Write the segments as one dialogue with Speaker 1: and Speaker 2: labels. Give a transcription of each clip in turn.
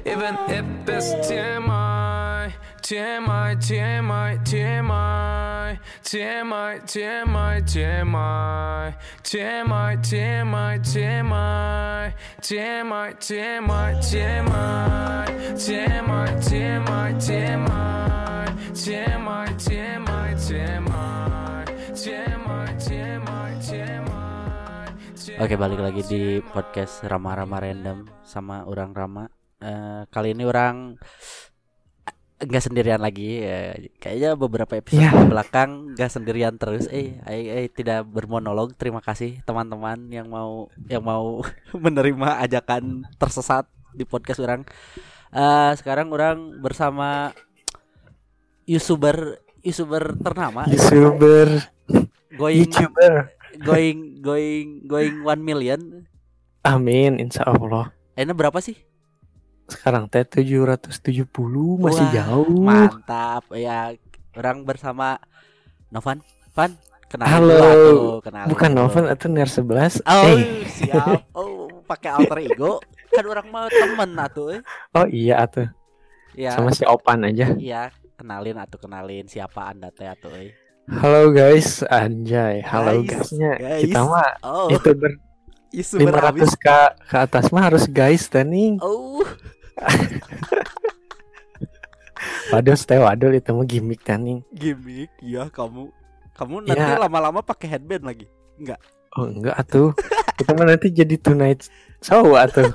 Speaker 1: Even if it's TMI, TMI, TMI, TMI, TMI, TMI, TMI, TMI, TMI, TMI, TMI, TMI, TMI, TMI, TMI, TMI, TMI, TMI, TMI, TMI.
Speaker 2: Oke, balik lagi di podcast Rama-Rama Random sama orang Rama. Kali ini orang nggak sendirian lagi. Kayaknya beberapa episode ke belakang nggak sendirian terus. Tidak bermonolog. Terima kasih teman-teman yang mau menerima ajakan tersesat di podcast orang. Sekarang orang bersama YouTuber ternama.
Speaker 3: YouTuber.
Speaker 2: Going 1 million.
Speaker 3: Amin, insya Allah.
Speaker 2: Ini berapa sih?
Speaker 3: Sekarang teh 770 masih jauh.
Speaker 2: Mantap ya. Orang bersama Novan. Kenalin
Speaker 3: halo.
Speaker 2: dulu atuh, kenalin.
Speaker 3: Bukan
Speaker 2: dulu.
Speaker 3: Novan atau Ner 11.
Speaker 2: Siap. Pakai alter ego. Kan orang mau temen atuh.
Speaker 3: Oh iya atuh.
Speaker 2: Ya.
Speaker 3: Sama si Opan aja.
Speaker 2: Iya, kenalin siapa Anda teh atuh.
Speaker 3: Halo guys, anjay. Halo guysnya. Kita mah YouTuber 500 ke atas mah harus guys taning. Waduh itu mah gimmick taning.
Speaker 2: Gimmick, ya kamu nanti lama-lama pakai headband lagi. Enggak.
Speaker 3: Oh enggak atuh. Kita mah nanti jadi tonight show atuh.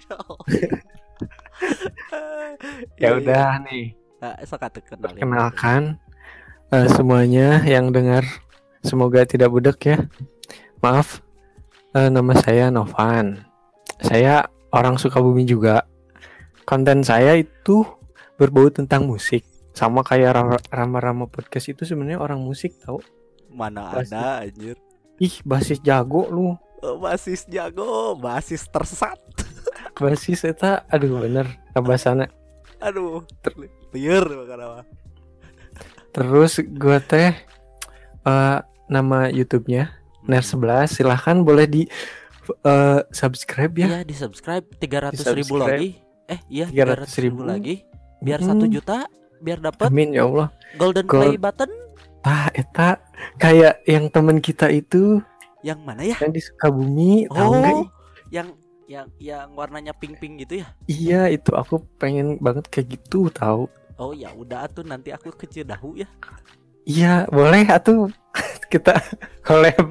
Speaker 3: Ya udah nih. Kenalkan semuanya yang dengar, semoga tidak budak ya. Maaf. Nama saya Novan. Saya orang Sukabumi juga. Konten saya itu berbau tentang musik. Sama kayak Rama-Rama podcast itu sebenarnya orang musik tahu.
Speaker 2: Mana basis. Ada anjir.
Speaker 3: Ih, basis jago lu.
Speaker 2: Basis jago, basis tersesat.
Speaker 3: Basis eta aduh bener bahasana.
Speaker 2: Aduh, liar bakal. Terus
Speaker 3: gue teh nama YouTube-nya Ner 11, silahkan boleh di subscribe ya.
Speaker 2: Iya, di subscribe 300.000 lagi. 300.000 lagi. Biar 1 juta, biar dapat.
Speaker 3: Amin ya Allah.
Speaker 2: Golden play button.
Speaker 3: Eta kayak yang teman kita itu.
Speaker 2: Yang mana ya?
Speaker 3: Yang di Sukabumi, tahu enggak?
Speaker 2: Yang warnanya pink-pink gitu ya? Iya,
Speaker 3: itu aku pengen banget kayak gitu tahu.
Speaker 2: Oh ya udah atuh nanti aku ke Cidahu ya.
Speaker 3: Iya, boleh atuh. Kita collab.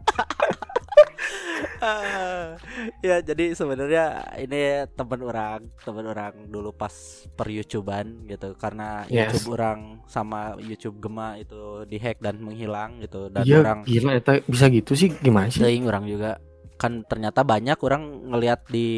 Speaker 2: Ya jadi sebenarnya ini teman orang dulu pas per YouTubean gitu karena YouTube orang sama YouTube Gema itu dihack dan menghilang gitu dan orang
Speaker 3: gila eta bisa gitu sih gimana sih?
Speaker 2: Orang juga kan ternyata banyak orang ngelihat di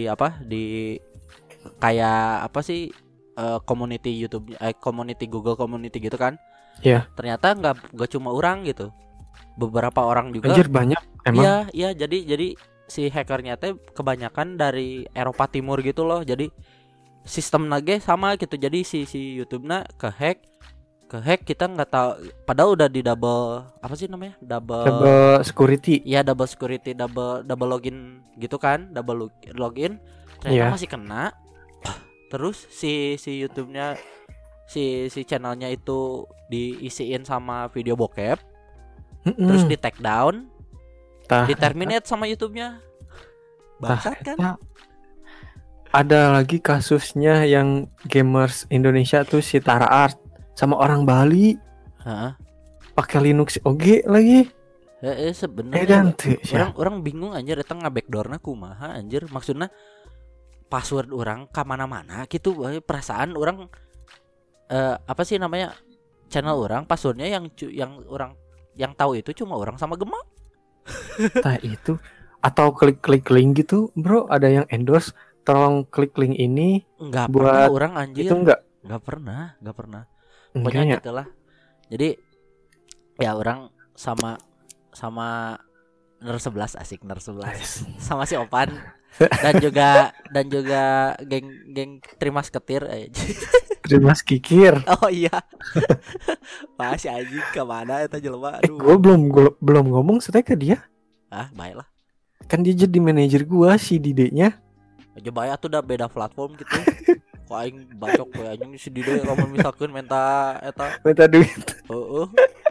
Speaker 2: kayak apa sih community YouTube community Google community gitu kan.
Speaker 3: Iya.
Speaker 2: Ternyata enggak cuma orang gitu. Beberapa orang juga.
Speaker 3: Anjir banyak emang.
Speaker 2: Iya, jadi si hackernya teh kebanyakan dari Eropa Timur gitu loh. Jadi sistem nage sama gitu. Jadi si YouTube-nya kehack kita enggak tahu padahal udah di double apa sih namanya? Double
Speaker 3: security.
Speaker 2: Iya, double security, double login gitu kan, double login. Ternyata masih kena. Terus si YouTube-nya si channelnya itu diisiin sama video bokep. Terus di take down, di terminate sama YouTube-nya. Bangsat kan?
Speaker 3: Ada lagi kasusnya yang gamers Indonesia tuh si Tara Art sama orang Bali. Pakai Linux OG lagi.
Speaker 2: Sebenarnya orang bingung anjir eta ngabackdoorna kumaha anjir. Maksudnya password orang ke mana-mana gitu. Perasaan orang apa sih namanya? Channel orang passwordnya yang orang yang tahu itu cuma orang sama Gema.
Speaker 3: Nah itu atau klik link gitu, bro, ada yang endorse, tolong klik link ini.
Speaker 2: Enggak pernah orang anjir.
Speaker 3: Itu enggak
Speaker 2: pernah. Pokoknya gitulah. Jadi ya orang sama Ner 11 asik Ner 11 sama si Opan dan juga geng Trimas Ketir
Speaker 3: Trimas Kikir.
Speaker 2: Oh iya. Masih anjing kemana eta jelema?
Speaker 3: Gue belum ngomong setelah ke dia.
Speaker 2: Baiklah.
Speaker 3: Kan dia jadi manajer gue si Didenya.
Speaker 2: Aja baik tuh udah beda platform gitu. ku aing bacok we anjing si Dide lamun misalkeun minta
Speaker 3: duit.
Speaker 2: Heeh.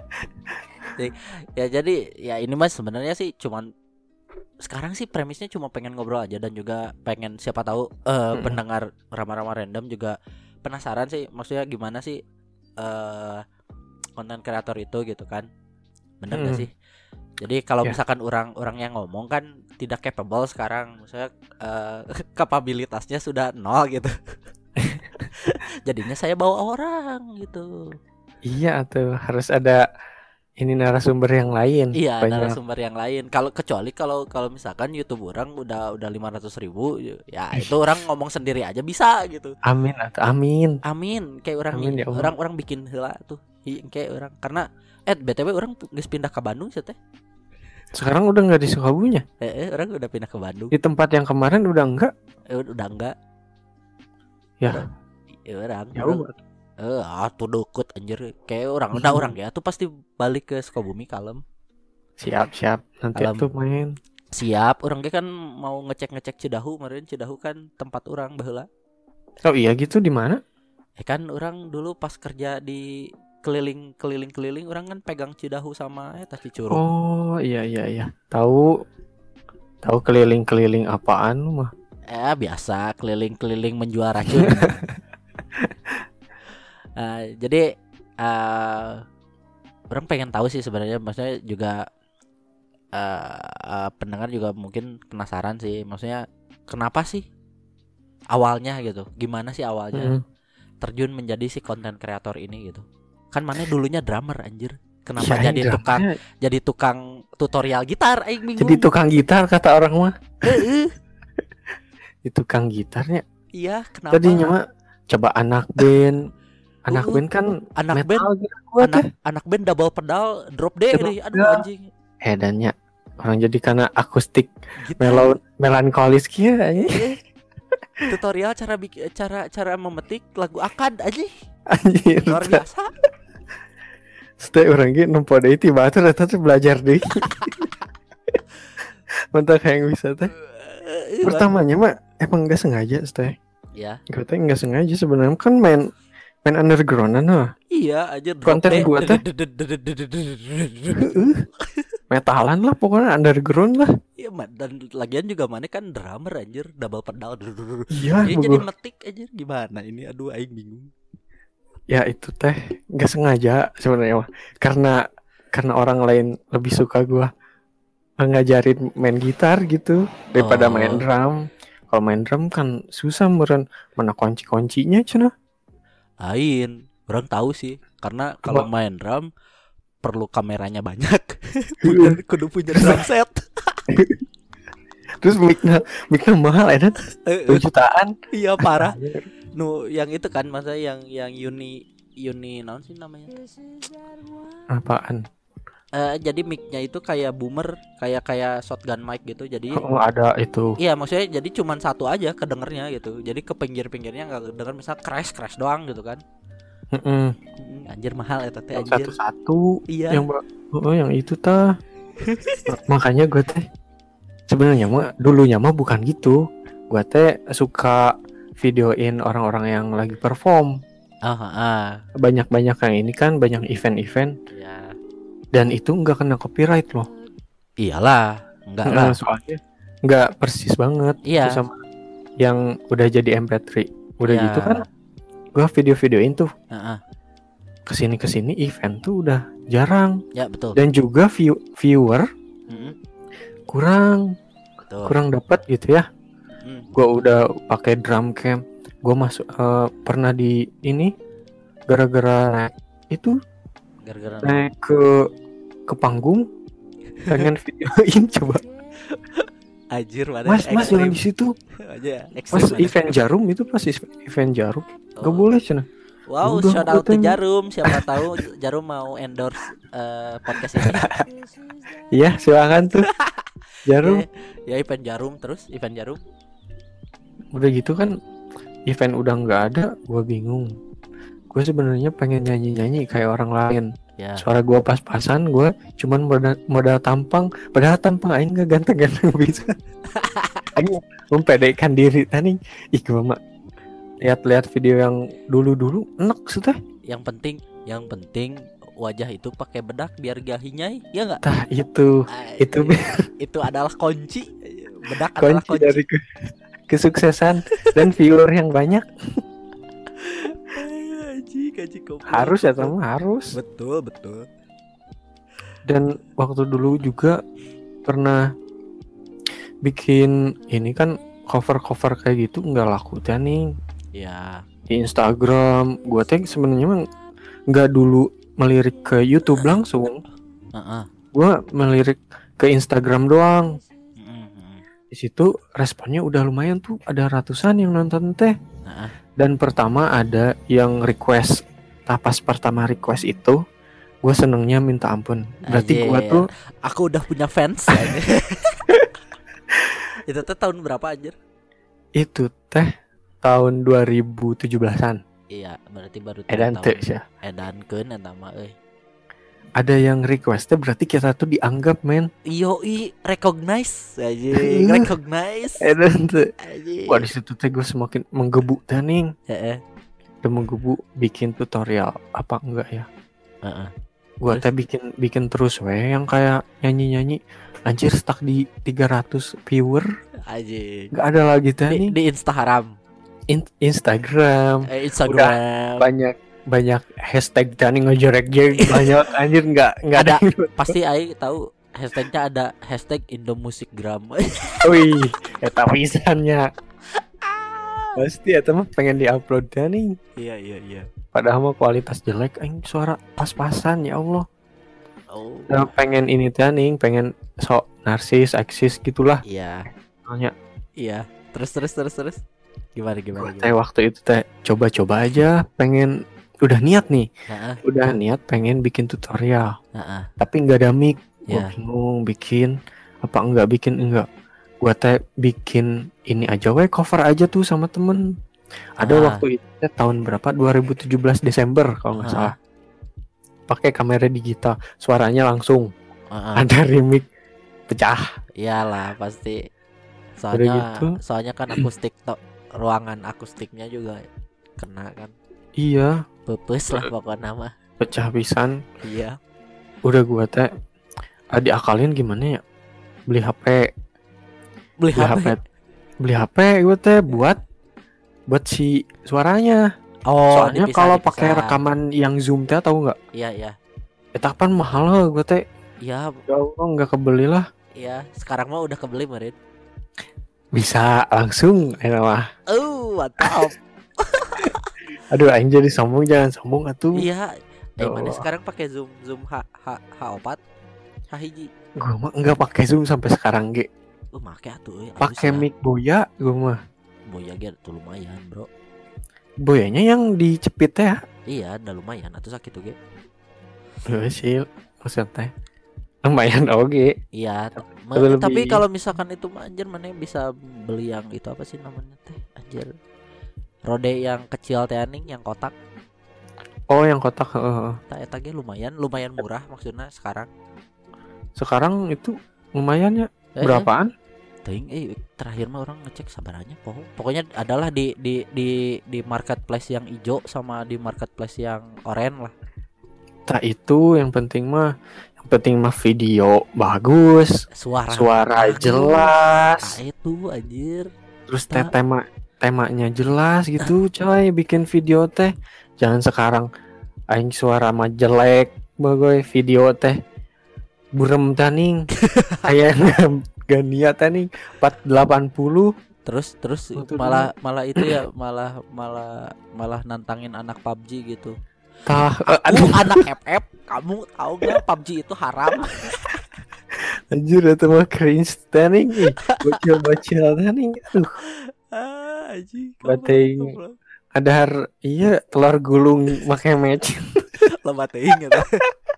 Speaker 2: Ya jadi ya ini mas sebenarnya sih cuman sekarang sih premisnya cuma pengen ngobrol aja dan juga pengen siapa tahu pendengar Rama-Rama Random juga penasaran sih maksudnya gimana sih konten kreator itu gitu kan. Bener gak sih? Jadi kalau misalkan orang yang ngomong kan tidak capable sekarang, maksudnya kapabilitasnya sudah nol gitu. Jadinya saya bawa orang gitu.
Speaker 3: Iya tuh harus ada ini narasumber yang lain.
Speaker 2: Iya
Speaker 3: banyak.
Speaker 2: Narasumber yang lain. Kecuali kalau misalkan YouTube orang udah 500.000 ya itu orang ngomong sendiri aja bisa gitu.
Speaker 3: Amin atau amin.
Speaker 2: Amin kayak orang
Speaker 3: Amin, ya Allah.
Speaker 2: orang bikin heula tuh kayak orang karena BTW orang geus pindah ke Bandung sih teh.
Speaker 3: Sekarang udah nggak di Sukabumi ya?
Speaker 2: Orang udah pindah ke Bandung.
Speaker 3: Di tempat yang kemarin udah enggak?
Speaker 2: Udah enggak.
Speaker 3: Ya.
Speaker 2: Orang.
Speaker 3: Jauh.
Speaker 2: Tuh deket anjir. Kayak orang ya tuh pasti balik ke Sukabumi kalem.
Speaker 3: Siap. Nanti
Speaker 2: Kalem.
Speaker 3: tuh main.
Speaker 2: Siap. Orang kan mau ngecek Cidahu kemarin. Cidahu kan tempat orang baheula.
Speaker 3: Oh iya gitu di mana?
Speaker 2: Kan orang dulu pas kerja di keliling orang kan pegang Cidahu sama Cicurug.
Speaker 3: Oh iya. Tahu keliling apaan mah?
Speaker 2: Biasa keliling menjual racun. Jadi orang pengen tahu sih sebenarnya, maksudnya juga pendengar juga mungkin penasaran sih, maksudnya kenapa sih awalnya gitu, gimana sih awalnya terjun menjadi si konten kreator ini gitu. Kan mana dulunya drummer anjir. Kenapa
Speaker 3: ya,
Speaker 2: jadi tukang tutorial gitar aing bingung.
Speaker 3: Jadi tukang gitar kata orang mah. Itu tukang gitarnya.
Speaker 2: Iya, kenapa?
Speaker 3: Tadinya mah coba anak band. Anak band kan
Speaker 2: anak
Speaker 3: metal
Speaker 2: band. Anak band double pedal drop D nih. Aduh anjing.
Speaker 3: Edannya orang jadi karena akustik melankolis kieu anjing.
Speaker 2: Tutorial cara memetik lagu akad aja.
Speaker 3: Anjir.
Speaker 2: Luar biasa.
Speaker 3: Setelah orang gitu nempo deh tiba tuh belajar deh. Mantap yang bisa teh. Pertamanya mah emang nggak sengaja teh.
Speaker 2: Iya.
Speaker 3: Gue teh nggak sengaja sebenarnya kan main undergroundan lah.
Speaker 2: Iya aja.
Speaker 3: Konten gue teh metalan lah pokoknya underground lah.
Speaker 2: Iya dan lagian juga mana kan drummer anjir double pedal.
Speaker 3: Iya.
Speaker 2: Jadi metik aja gimana ini, aduh aing bingung.
Speaker 3: Ya itu teh nggak sengaja sebenarnya mah. Karena orang lain lebih suka gue ngajarin main gitar gitu daripada main drum. Kalau main drum kan susah meren, mana kunci-kuncinya cenah.
Speaker 2: Ain, orang tahu sih karena kalau main drum perlu kameranya banyak. Kudu punya drum set.
Speaker 3: Terus mic-nya mahal ya, 2 jutaan.
Speaker 2: Iya parah. Yang itu kan masa yang Uni naon sih namanya?
Speaker 3: Apaan?
Speaker 2: Jadi mic-nya itu kayak boomer, kayak shotgun mic gitu. Jadi
Speaker 3: ada itu.
Speaker 2: Iya, maksudnya jadi cuman satu aja kedengernya gitu. Jadi ke pinggir-pinggirnya enggak kedenger, misal crash doang gitu kan. Anjir mahal eta teh anjir.
Speaker 3: Satu-satu.
Speaker 2: Iya.
Speaker 3: Yang itu tah. Makanya gue teh sebenarnya mah dulunya mah bukan gitu. Gue teh suka videoin orang-orang yang lagi perform. Banyak-banyak yang ini kan, banyak event-event.
Speaker 2: Iya.
Speaker 3: Dan itu enggak kena copyright loh.
Speaker 2: Iyalah, enggak lah.
Speaker 3: Soalnya enggak persis banget.
Speaker 2: Iya.
Speaker 3: Sama yang udah jadi MP3. Udah gitu kan gua video-videoin tuh. Kesini event tuh udah jarang.
Speaker 2: Ya betul.
Speaker 3: Dan juga viewer kurang.
Speaker 2: Betul.
Speaker 3: Kurang dapat gitu ya. Gua udah pakai drum cam. Gua masuk pernah di ini gara-gara itu naik ke panggung pengen videoin coba.
Speaker 2: Anjir mana
Speaker 3: Mas jangan di situ.
Speaker 2: Aja.
Speaker 3: Pas event Jarum itu pas event Jarum. Gak boleh cenah.
Speaker 2: Wow,
Speaker 3: udah,
Speaker 2: shout out to Jarum. Siapa tahu Jarum mau endorse podcast ini.
Speaker 3: Iya, silakan tuh. Jarum.
Speaker 2: Ya event Jarum terus, event Jarum.
Speaker 3: Udah gitu kan event udah nggak ada, gue bingung. Gue sebenarnya pengen nyanyi kayak orang lain.
Speaker 2: Ya.
Speaker 3: Suara gue pas-pasan, gue cuman modal tampang. Padahal tampang aing nggak ganteng-ganteng bisa. Aing mempedekan diri tadi. Ih gue mah lihat video yang dulu enak sih teh.
Speaker 2: Yang penting wajah itu pakai bedak biar gak hinyai, ya nggak?
Speaker 3: Tah itu
Speaker 2: Itu adalah kunci. Bedak adalah
Speaker 3: kunci
Speaker 2: kunci
Speaker 3: dari kesuksesan dan viewer yang banyak.
Speaker 2: Gaji
Speaker 3: Harus ya teman, harus.
Speaker 2: Betul.
Speaker 3: Dan waktu dulu juga pernah bikin ini kan cover kayak gitu nggak laku teh nih.
Speaker 2: Ya.
Speaker 3: Di Instagram gua teh sebenarnya mah nggak dulu melirik ke YouTube langsung. Gua melirik ke Instagram doang. Di situ responnya udah lumayan tuh, ada ratusan yang nonton teh. Dan pertama ada yang request. Pas pertama request itu gue senengnya minta ampun. Berarti gue tuh
Speaker 2: aku udah punya fans. Itu teh tahun berapa anjir?
Speaker 3: Itu teh tahun 2017-an.
Speaker 2: Iya, berarti baru
Speaker 3: edan teh ya.
Speaker 2: Edankeun eta mah euy.
Speaker 3: Ada yang requestnya berarti kita tuh dianggap men.
Speaker 2: Recognize aja. Recognize.
Speaker 3: Edan teh. Wah di situ teh gue semakin menggebu tening.
Speaker 2: Heeh.
Speaker 3: Udah menggebu bikin tutorial apa enggak ya? Gua teh bikin terus yang kayak nyanyi anjir stuck di 300 viewer
Speaker 2: aja.
Speaker 3: Enggak ada lagi teh
Speaker 2: di Instagram.
Speaker 3: Instagram.
Speaker 2: Udah
Speaker 3: banyak hashtag tani ngejorek banyak anjir enggak ada.
Speaker 2: Pasti ai tahu hashtagnya ada hashtag Indomusikgram.
Speaker 3: Wih, eta pisannya. Pasti eta mah pengen diupload tani.
Speaker 2: Iya.
Speaker 3: Padahal mah kualitas jelek aing suara pas-pasan ya Allah.
Speaker 2: Oh.
Speaker 3: Nah, pengen ini tani, pengen sok narsis, eksis gitulah.
Speaker 2: Iya.
Speaker 3: Soalnya
Speaker 2: iya. Terus. Gimana?
Speaker 3: Waktu itu teh coba-coba aja, pengen udah niat nih. Udah niat pengen bikin tutorial. Tapi enggak ada mic. Gua bingung bikin apa enggak. Gua teh bikin ini aja cover aja tuh sama temen. Ada waktu itu tahun berapa? 2017 Desember kalau enggak salah. Pakai kamera digital, suaranya langsung. Ada remix pecah.
Speaker 2: Iyalah pasti. Soalnya kan akustik ruangan akustiknya juga kena kan.
Speaker 3: Iya.
Speaker 2: Pepes lah pokoknya mah.
Speaker 3: Pecah pisan.
Speaker 2: Iya.
Speaker 3: Udah gua teh diakalin gimana ya? Beli HP gua teh buat si suaranya. Soalnya kalau pakai rekaman yang Zoom teh tahu nggak?
Speaker 2: Iya.
Speaker 3: Eta kan mahal lah gua teh.
Speaker 2: Iya.
Speaker 3: Ya Allah nggak kebeli lah.
Speaker 2: Iya. Sekarang mah udah kebeli Marin.
Speaker 3: Bisa langsung enak mah.
Speaker 2: Mantap.
Speaker 3: Aduh anjing jadi sombong, jangan sombong atuh.
Speaker 2: Iya. Mana sekarang pakai Zoom H4 H1.
Speaker 3: Gua mah enggak pakai Zoom sampai sekarang ge.
Speaker 2: Make atuh euy.
Speaker 3: Pakai mic Boya gua mah.
Speaker 2: Boya ge tuh lumayan, Bro.
Speaker 3: Boyanya yang dicepit teh ya?
Speaker 2: Iya, udah lumayan atuh sakitu ge.
Speaker 3: Heeh sih, maksud teh. Lumayan oge.
Speaker 2: Iya, tapi kalau misalkan itu mah anjir mana bisa beli yang itu apa sih namanya teh? Anjir. Rode yang kecil teh aning yang kotak.
Speaker 3: Oh, yang kotak, heeh.
Speaker 2: Eta ge lumayan murah maksudnya sekarang.
Speaker 3: Sekarang itu lumayan ya. Berapaan?
Speaker 2: Terakhir mah orang ngecek sabarannya pokoknya adalah di marketplace yang hijau sama di marketplace yang oranye lah.
Speaker 3: Tak itu yang penting mah video bagus, suara jelas.
Speaker 2: Itu anjir.
Speaker 3: Terus temanya jelas gitu, coy. Bikin video teh jangan sekarang aing suara mah jelek, bagoy video teh burem taning. Kayak gak niat nih 480
Speaker 2: terus malah itu ya malah nantangin anak PUBG gitu. Aduh anak FF, kamu tahu gak PUBG itu haram.
Speaker 3: Anjir itu mah cringe taning nih. Bocil taning. Aduh.
Speaker 2: Anjing.
Speaker 3: Bating ada iya telur gulung make match.
Speaker 2: Lo bating gitu.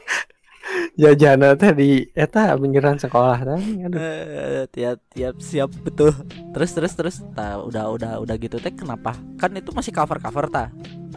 Speaker 3: Jajana teh di eta pinggiran sekolah teh. Aduh.
Speaker 2: Tiap siap betul. Terus udah gitu teh kenapa? Kan itu masih cover ta.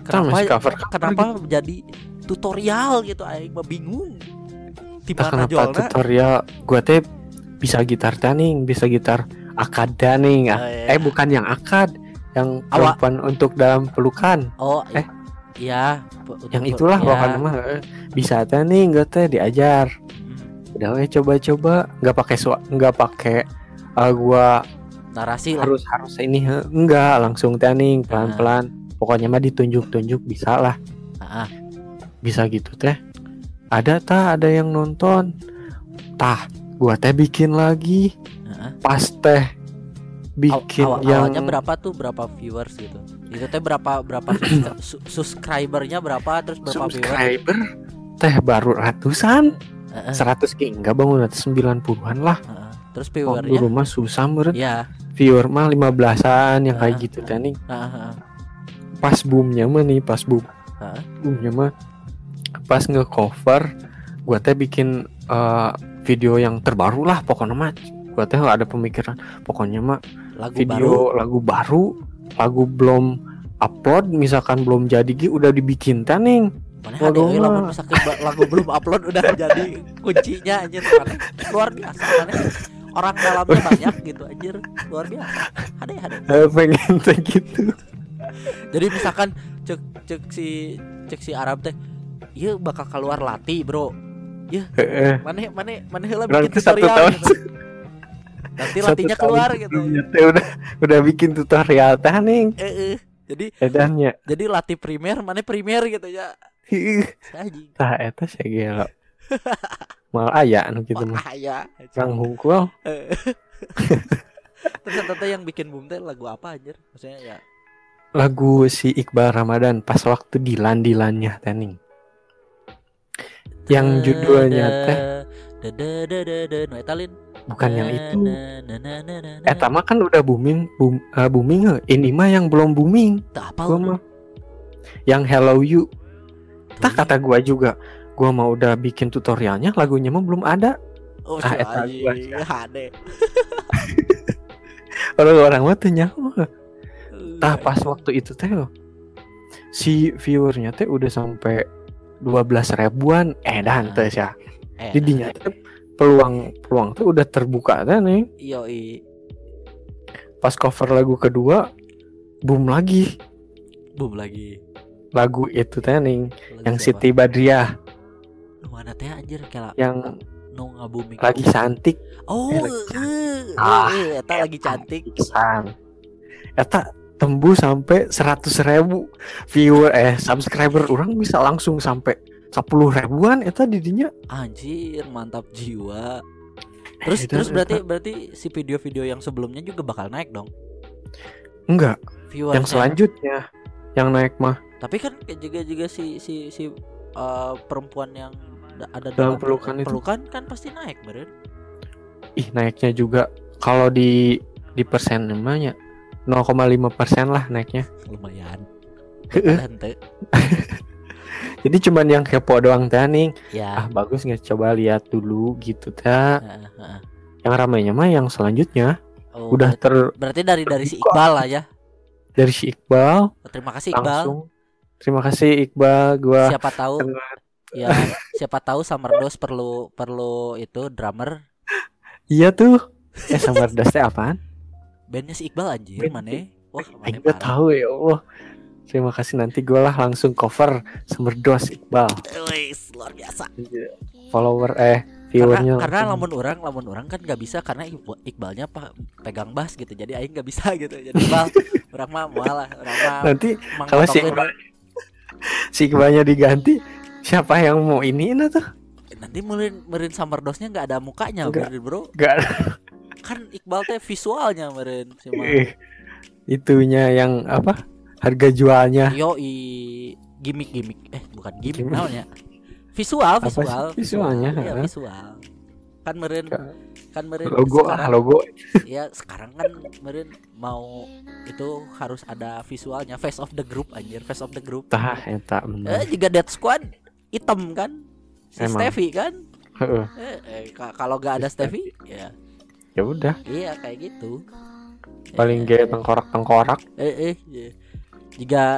Speaker 2: Kenapa jadi tutorial gitu aing mah bingung. Tiba
Speaker 3: kenapa tutorial? Gua teh bisa gitar teh nih, bisa gitar akad nih. Bukan yang akad, yang
Speaker 2: Awak.
Speaker 3: perempuan untuk dalam pelukan.
Speaker 2: Oh,
Speaker 3: Eh.
Speaker 2: iya.
Speaker 3: Yang itulah
Speaker 2: ya.
Speaker 3: pokoknya mah bisa teh nih enggak teh diajar. Udah we coba-coba nggak pakai gua
Speaker 2: Narasi lah.
Speaker 3: harus ini enggak langsung teh nih pelan-pelan. Pokoknya mah ditunjuk-tunjuk bisa lah.
Speaker 2: Heeh.
Speaker 3: Bisa gitu teh. Ada yang nonton. Tah, gua teh bikin lagi.
Speaker 2: Heeh.
Speaker 3: Pas teh bikin yang
Speaker 2: awalnya berapa viewers gitu. Itu teh berapa subscribernya berapa terus berapa viewers?
Speaker 3: subscriber teh baru ratusan.
Speaker 2: Heeh.
Speaker 3: 100 ke enggak bangun 90-an lah.
Speaker 2: Heeh. Terus
Speaker 3: Oh,
Speaker 2: viewernya?
Speaker 3: dulu mah susah meureun.
Speaker 2: Iya.
Speaker 3: Viewer mah 15-an yang kayak
Speaker 2: Ah.
Speaker 3: gitu teh nih.
Speaker 2: Heeh.
Speaker 3: Pas boomnya mah nih,
Speaker 2: Heeh.
Speaker 3: boomnya mah pas nge-cover gua teh bikin video yang terbaru lah pokoknya mah. Gua teh ada pemikiran pokoknya mah lagu baru, lagu belum upload misalkan belum jadi udah dibikin teh nih.
Speaker 2: Mana
Speaker 3: Waduh,
Speaker 2: ada lamun misalkan lagu belum upload udah jadi kuncinya anjir mana. Luar biasa mana. Orang dalamnya banyak gitu anjir. Luar biasa. Ada.
Speaker 3: Pengen teh gitu.
Speaker 2: Jadi misalkan cek si Arab teh, ieu bakal keluar lati, Bro. Ya,
Speaker 3: Heeh.
Speaker 2: mana heula bikin
Speaker 3: Berarti 1
Speaker 2: tutorial
Speaker 3: tahun.
Speaker 2: gitu. Nanti latinya keluar gitu.
Speaker 3: Sebelumnya teh udah bikin tutorial teh nih.
Speaker 2: Jadi
Speaker 3: Edannya.
Speaker 2: jadi latih primer, mana primer gitu ya. Anjing.
Speaker 3: Tah eta segelo. Mal aya anu kitu mah.
Speaker 2: Bahaya.
Speaker 3: Kang hungkul.
Speaker 2: Terus yang bikin boom teh lagu apa anjir? Maksudnya ya
Speaker 3: Lagu si Iqbal Ramadan pas waktu Dilan-Dilannya tening. Yang judulnya teh
Speaker 2: Noitalin.
Speaker 3: bukan yang itu. Eta mah kan udah booming. Ini mah yang belum booming.
Speaker 2: Tak apa
Speaker 3: Gua mah yang Hello You. Tak kata gua juga. Gua mau udah bikin tutorialnya, lagunya mah belum ada.
Speaker 2: Oh,
Speaker 3: Eta gua.
Speaker 2: HD.
Speaker 3: Orang-orang mah teh nyaho. Tah pas waktu itu teh si viewernya teh udah sampai 12 ribuan dan teh ya. Didinya teh peluang tuh udah terbuka teh nih.
Speaker 2: Yoi.
Speaker 3: Pas cover lagu kedua boom lagi.
Speaker 2: Boom lagi.
Speaker 3: Lagu itu teh nih
Speaker 2: Lagu
Speaker 3: yang
Speaker 2: siapa?
Speaker 3: Siti Badriah
Speaker 2: Mana teh anjir kayak
Speaker 3: yang
Speaker 2: nu ngabuming.
Speaker 3: lagi cantik.
Speaker 2: Oh, eta lagi cantik.
Speaker 3: Pisan. Eta tembus sampai 100.000 viewer subscriber orang bisa langsung sampai 10 ribuan eta didinya.
Speaker 2: Anjir, mantap jiwa. Terus
Speaker 3: Eta-
Speaker 2: berarti si video-video yang sebelumnya juga bakal naik dong.
Speaker 3: Enggak,
Speaker 2: Viewersnya.
Speaker 3: yang selanjutnya yang naik mah
Speaker 2: Tapi kan juga si perempuan yang ada
Speaker 3: dalam pelukan itu.
Speaker 2: pelukan kan pasti naik beren.
Speaker 3: Naiknya juga kalau di persen namanya 0,5% lah naiknya.
Speaker 2: Lumayan.
Speaker 3: Heeh.
Speaker 2: Hente.
Speaker 3: Jadi cuman yang kepo doang teh nih.
Speaker 2: Ya.
Speaker 3: Bagus nggak, coba lihat dulu gitu teh.
Speaker 2: Heeh.
Speaker 3: Yang ramainya mah yang selanjutnya
Speaker 2: Oh,
Speaker 3: udah
Speaker 2: berarti dari si Iqbal lah ya.
Speaker 3: dari si Iqbal.
Speaker 2: Terima kasih Iqbal.
Speaker 3: Langsung. Terima kasih Iqbal, gua
Speaker 2: Siapa tahu ya, siapa tahu Summerdos perlu itu drummer.
Speaker 3: iya tuh. Summerdos teh apaan?
Speaker 2: Bandnya si Iqbal anjir mana? Wah, mana
Speaker 3: Enggak tahu ya Allah. Terima kasih, nanti gue lah langsung cover Summerdos Iqbal.
Speaker 2: Wis, luar biasa.
Speaker 3: Follower viewernya.
Speaker 2: Karena lamun orang kan nggak bisa karena Iqbalnya pegang bass gitu. Jadi aing nggak bisa gitu. Jadi Iqbal orang mah mualah, orang mah
Speaker 3: Nanti kalau si Iqbalnya diganti, siapa yang mau iniin tuh?
Speaker 2: nanti meureun Summerdosnya nggak ada mukanya bro.
Speaker 3: Enggak.
Speaker 2: Kan Iqbal teh visualnya meureun sih mah.
Speaker 3: Itunya yang apa? Harga jualnya.
Speaker 2: Yoi, gimmick bukan gimmick namanya. Visual.
Speaker 3: Visualnya,
Speaker 2: Iya, visual. Kan meureun
Speaker 3: Logo logo.
Speaker 2: Ya sekarang kan meureun mau itu harus ada visualnya, face of the group anjir, face of the group.
Speaker 3: Tah eta bener.
Speaker 2: Juga Dead Squad hitam kan? Si
Speaker 3: Emang.
Speaker 2: Steffi kan?
Speaker 3: Heeh.
Speaker 2: Kalau gak ada Steffi ya
Speaker 3: Ya udah,
Speaker 2: iya kayak gitu.
Speaker 3: paling gede tengkorak.
Speaker 2: Iya. Jika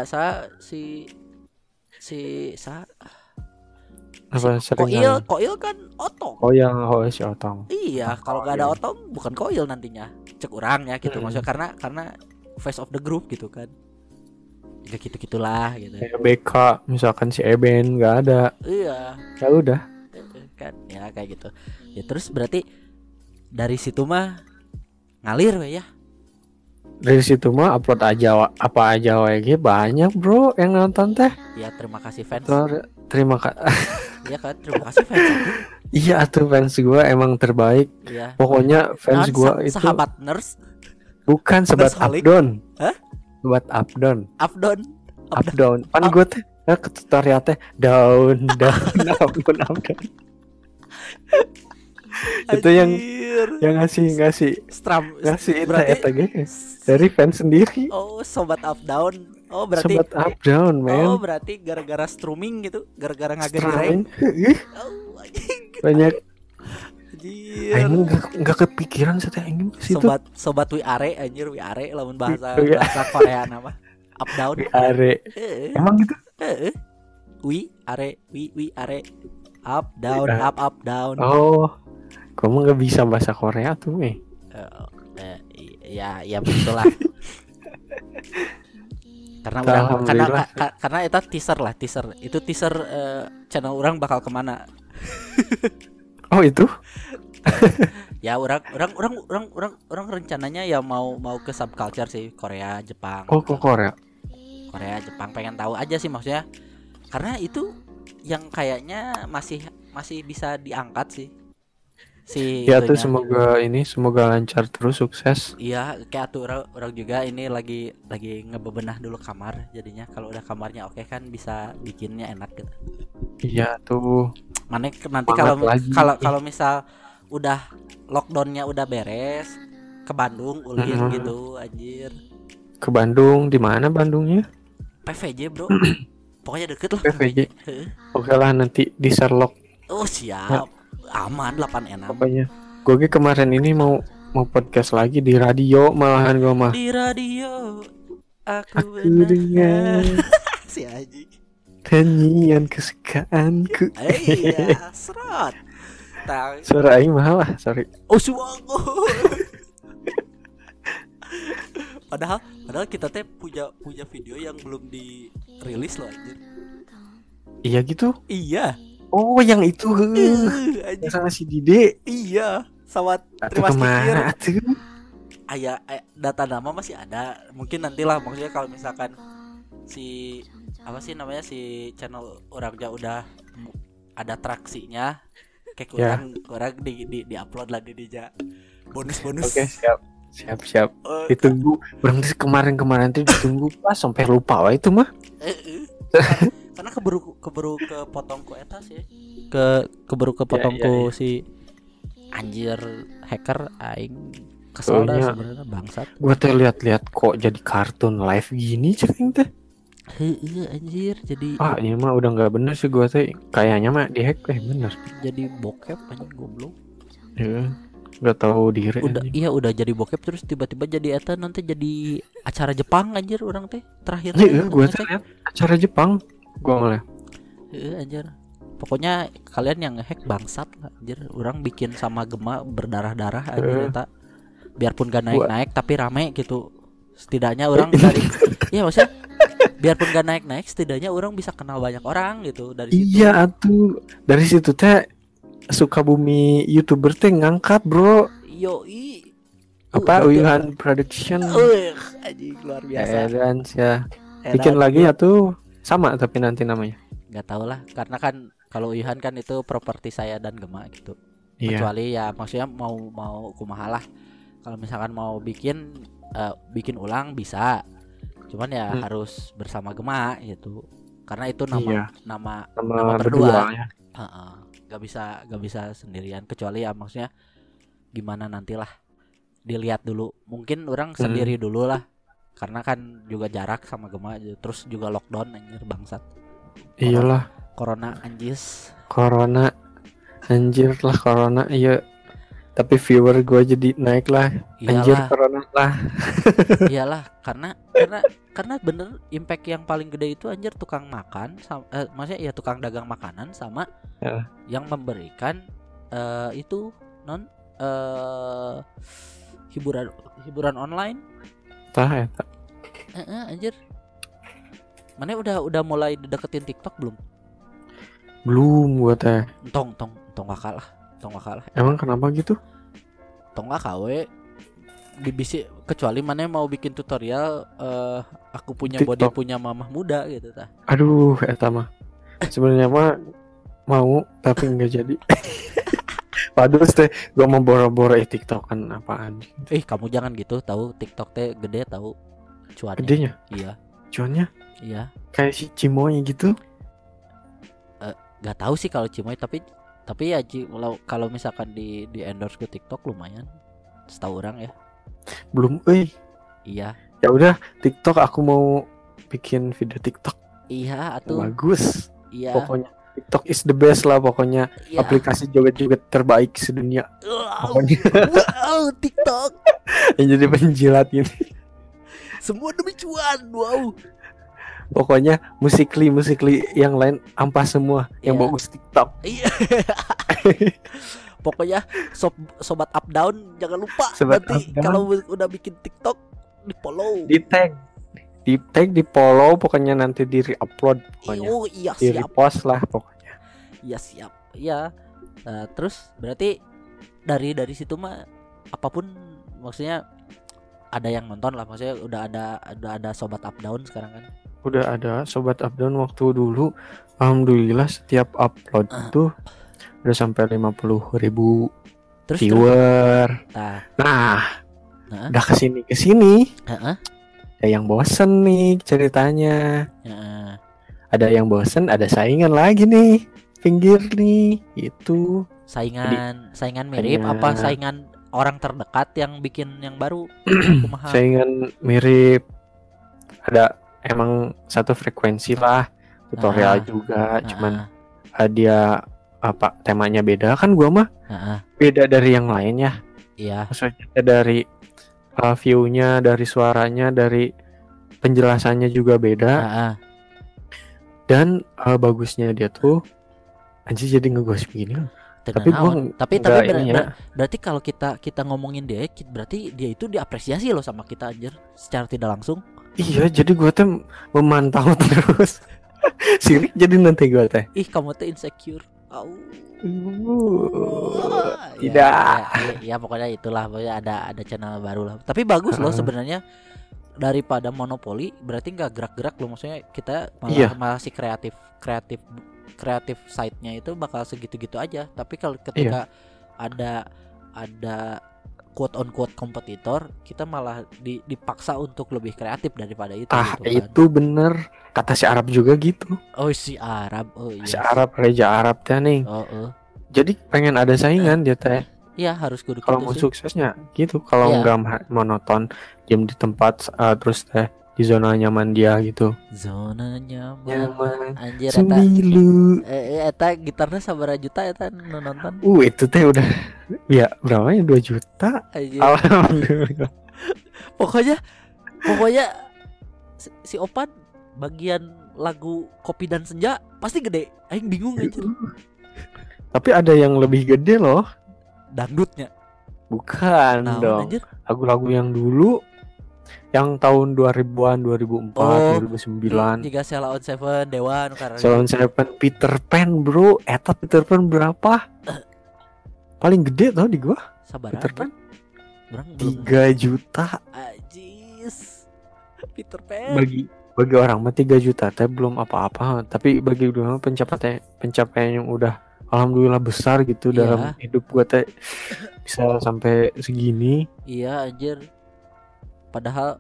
Speaker 3: Apa
Speaker 2: Koil kan otong.
Speaker 3: Oh yang si Otong.
Speaker 2: Iya, kalau gak ada otong bukan koil nantinya. Cek urang ya gitu. Maksudnya karena face of the group gitu kan. Ya gitu-gitulah gitu.
Speaker 3: Kayak BK misalkan si Eben nggak ada.
Speaker 2: Iya.
Speaker 3: Ya udah.
Speaker 2: Kan ya kayak gitu. Ya terus berarti dari situ mah ngalir we ya.
Speaker 3: Dari situ mah upload aja apa aja WG banyak bro yang nonton teh.
Speaker 2: Ya terima kasih fans.
Speaker 3: Terima kasih.
Speaker 2: Iya kan, terima kasih fans.
Speaker 3: Iya tuh fans gue emang terbaik.
Speaker 2: Iya.
Speaker 3: Pokoknya fans gue itu
Speaker 2: sahabat nurse.
Speaker 3: bukan sobat Updown.
Speaker 2: Hah?
Speaker 3: Sobat Updown.
Speaker 2: Updown.
Speaker 3: Pan gue teh ke tutorial teh down updown. Itu yang ngasih
Speaker 2: Stram
Speaker 3: ngasih
Speaker 2: berarti
Speaker 3: dari fans sendiri.
Speaker 2: Oh, sobat Updown. Oh, berarti
Speaker 3: sobat Updown, man.
Speaker 2: Oh, berarti gara-gara streaming gitu, gara-gara ngagen Oh, anjing.
Speaker 3: Banyak.
Speaker 2: Anjir.
Speaker 3: Aing enggak kepikiran saya aing ke situ.
Speaker 2: Sobat Wiare anjir, Wiare lamun bahasa Korea nama. Updown.
Speaker 3: Wiare. Emang gitu?
Speaker 2: Wiare. Up down, up down.
Speaker 3: Oh. Kamu nggak bisa bahasa Korea tuh,
Speaker 2: ya begitulah. karena itu teaser. Itu teaser channel orang bakal kemana.
Speaker 3: Oh, itu?
Speaker 2: Ya orang rencananya ya mau ke subculture sih, Korea, Jepang.
Speaker 3: Oh, ke Korea.
Speaker 2: Korea, Jepang, pengen tahu aja sih maksudnya. Karena itu yang kayaknya masih bisa diangkat sih.
Speaker 3: Ya tuh semoga lancar terus, sukses.
Speaker 2: Iya, kayak tuh orang juga ini lagi ngebebenah dulu kamar, jadinya kalau udah kamarnya oke kan bisa bikinnya enak gitu.
Speaker 3: Iya tuh.
Speaker 2: Mana nanti kalau misal udah lockdownnya udah beres, ke Bandung ulin gitu anjir.
Speaker 3: Ke Bandung, di mana Bandungnya?
Speaker 2: PVJ bro. Pokoknya deket lah
Speaker 3: PVJ. Oke lah, nanti di Sherlock.
Speaker 2: Oh siap. Aman 86.
Speaker 3: Pokoknya gue kemarin ini mau podcast lagi di radio, malahan gue mah.
Speaker 2: Di radio aku
Speaker 3: dengar
Speaker 2: si Aji.
Speaker 3: Nyanyian kesukaanku.
Speaker 2: Iya, serot.
Speaker 3: Suara aing mahal lah, sorry.
Speaker 2: Oh suwago. Padahal kita teh punya video yang belum dirilis loh anjir.
Speaker 3: Iya gitu?
Speaker 2: Iya.
Speaker 3: Oh, yang itu sama si Dide.
Speaker 2: Iya, sama terima kasih. Data nama masih ada. Mungkin nantilah, maksudnya kalau misalkan si channel orangnya udah ada traksinya, kayak kurang di upload lah di dia. Bonus.
Speaker 3: Oke, siap. Ditunggu. Berarti kemarin tuh ditunggu pas sampai lupa wah itu mah.
Speaker 2: Karena keburu kepotongku eta sih. Keburu kepotongku si anjir hacker aing kesel dah sebenarnya bangsat.
Speaker 3: Gua teh lihat kok jadi kartun live gini cering teh.
Speaker 2: Heeh anjir jadi
Speaker 3: ini mah udah enggak bener sih gua teh. Kayaknya mah di hack bener.
Speaker 2: Jadi bokep anjing goblok.
Speaker 3: Heeh. Enggak tahu diri.
Speaker 2: Udah jadi bokep terus tiba-tiba jadi eta nanti jadi acara Jepang anjir orang teh terakhir.
Speaker 3: Gua teh lihat acara Jepang. Gua ngeliat.
Speaker 2: Anjir. Pokoknya kalian yang ngehack bangsat anjir. Orang bikin sama Gema berdarah-darah anjir eta. Biarpun gak naik-naik tapi rame gitu. Setidaknya orang dari iya maksudnya biarpun gak naik-naik setidaknya orang bisa kenal banyak orang gitu dari situ.
Speaker 3: Iya atuh. Dari situ teh Sukabumi YouTuber teh ngangkat, Bro.
Speaker 2: Yoi.
Speaker 3: Uyuhan Production.
Speaker 2: Anjing luar biasa.
Speaker 3: Bikin lagi ya tuh. Sama tapi nanti namanya
Speaker 2: nggak tahu lah karena kan kalau Uyuhan kan itu properti saya dan Gema gitu. Kecuali ya maksudnya mau kumaha lah kalau misalkan mau bikin ulang bisa cuman ya harus bersama Gema gitu karena itu nama berdua ya. Gak bisa sendirian kecuali ya maksudnya gimana nantilah dilihat dulu mungkin orang sendiri dulu lah. Karena kan juga jarak sama Gema terus juga lockdown anjir bangsat.
Speaker 3: Iyalah.
Speaker 2: Corona anjis.
Speaker 3: Corona anjir lah corona iya. Tapi viewer gue jadi naik lah. Anjir corona lah.
Speaker 2: Iyalah karena bener impact yang paling gede itu anjir tukang makan maksudnya ya tukang dagang makanan sama yang memberikan hiburan online.
Speaker 3: Tah eta.
Speaker 2: Anjir. Mana udah mulai deketin TikTok belum?
Speaker 3: Belum gua teh.
Speaker 2: Tong kakak lah.
Speaker 3: Emang kenapa gitu?
Speaker 2: Tong kakak we bibisi kecuali mana mau bikin tutorial aku punya
Speaker 3: TikTok.
Speaker 2: body punya mamah muda gitu tah.
Speaker 3: Aduh, eta mah. Sebenarnya mah mau tapi enggak jadi. Waduh teh, gua mau boro-boro TikTokan apaan?
Speaker 2: Kamu jangan gitu, tahu TikTok teh gede tahu cuannya.
Speaker 3: Gedenya?
Speaker 2: Iya.
Speaker 3: Cuannya?
Speaker 2: Iya.
Speaker 3: Kayak si Cimoy gitu?
Speaker 2: Gak tahu sih kalau Cimoy tapi ya kalau misalkan di endorse ke TikTok lumayan. Setahu orang ya.
Speaker 3: Belum,
Speaker 2: Iya.
Speaker 3: Ya udah, TikTok aku mau bikin video TikTok.
Speaker 2: Iya, atuh.
Speaker 3: Bagus.
Speaker 2: Iya.
Speaker 3: Pokoknya TikTok is the best lah pokoknya.
Speaker 2: Iya.
Speaker 3: Aplikasi joget-joget terbaik sedunia. Pokoknya
Speaker 2: Wow, TikTok.
Speaker 3: yang jadi penjilat ini.
Speaker 2: Semua demi cuan. Wow.
Speaker 3: Pokoknya musikli yang lain ampas semua. Yang
Speaker 2: Iya.
Speaker 3: bagus TikTok.
Speaker 2: Iya. Pokoknya sobat up down jangan lupa
Speaker 3: Sobat
Speaker 2: nanti
Speaker 3: up down.
Speaker 2: kalau udah bikin TikTok di follow.
Speaker 3: Di tag, di follow, pokoknya nanti di re-upload pokoknya.
Speaker 2: Oh iya
Speaker 3: Di
Speaker 2: siap.
Speaker 3: repost lah pokoknya.
Speaker 2: Iya siap. Iya. Nah, terus berarti dari situ mah apapun maksudnya ada yang nonton lah, maksudnya udah ada sobat up down sekarang kan.
Speaker 3: Udah ada sobat up down waktu dulu. Alhamdulillah setiap upload tuh udah sampai 50.000
Speaker 2: Terus
Speaker 3: viewer. Nah, udah kesini
Speaker 2: Heeh.
Speaker 3: ada yang bosen nih ceritanya.
Speaker 2: Heeh.
Speaker 3: Ada yang bosen, ada saingan lagi nih pinggir nih itu.
Speaker 2: Saingan mirip apa saingan orang terdekat yang bikin yang baru? Kumaha?
Speaker 3: Saingan mirip, ada emang satu frekuensi lah, tutorial juga, cuman dia apa temanya beda kan, gua mah beda dari yang lain ya.
Speaker 2: Iya.
Speaker 3: Maksudnya dari view-nya, dari suaranya, dari penjelasannya juga beda. Dan bagusnya dia tuh anjir jadi ngegosip gini loh. Tapi gua
Speaker 2: berarti kalau kita ngomongin dia, berarti dia itu diapresiasi loh sama kita anjir secara tidak langsung.
Speaker 3: Iya, jadi gua tuh memantau terus. Sirik jadi nanti gua teh.
Speaker 2: Ih, kamu tuh insecure.
Speaker 3: Tidak.
Speaker 2: Ya, pokoknya itulah, pokoknya ada channel baru lah. Tapi bagus loh sebenarnya, daripada monopoli berarti nggak gerak-gerak loh, maksudnya kita masih kreatif site-nya itu bakal segitu-gitu aja. Tapi kalau ketika ada quote on quote kompetitor, kita malah dipaksa untuk lebih kreatif daripada itu. Gitu kan.
Speaker 3: Itu bener kata si Arab juga gitu.
Speaker 2: Oh, si Arab. Oh iya.
Speaker 3: Si Arab, Raja Arab teh nih. Jadi pengen ada saingan dia teh.
Speaker 2: Iya, harus kudu
Speaker 3: kalau mau suksesnya gitu. Kalau nggak monoton diam di tempat terus teh di zona nyaman dia gitu.
Speaker 2: Zona nyaman. Anjir eta gitarnya sabaraha juta eta nonton.
Speaker 3: Itu teh udah ya berapa ya, 2 juta. Alhamdulillah.
Speaker 2: Pokoknya si Opan bagian lagu Kopi dan Senja pasti gede. Aing bingung aja.
Speaker 3: Tapi ada yang lebih gede loh.
Speaker 2: Dangdutnya.
Speaker 3: Bukan dong. Anjir. Lagu-lagu yang dulu yang tahun 2000-an, 2004, 2009.
Speaker 2: Jika Sheila on Seven, Dewa nu karena
Speaker 3: Sheila on Seven, Peter Pan, bro. Eta Peter Pan berapa? Paling gede tau di gua.
Speaker 2: Sabar
Speaker 3: Peter Pan
Speaker 2: 3
Speaker 3: juta.
Speaker 2: Ajis. Peter Pan.
Speaker 3: Bagi orang mah 3 juta teh belum apa-apa, tapi bagi gua pencapaian yang udah alhamdulillah besar gitu dalam hidup gua teh bisa sampai segini.
Speaker 2: Iya anjir. Padahal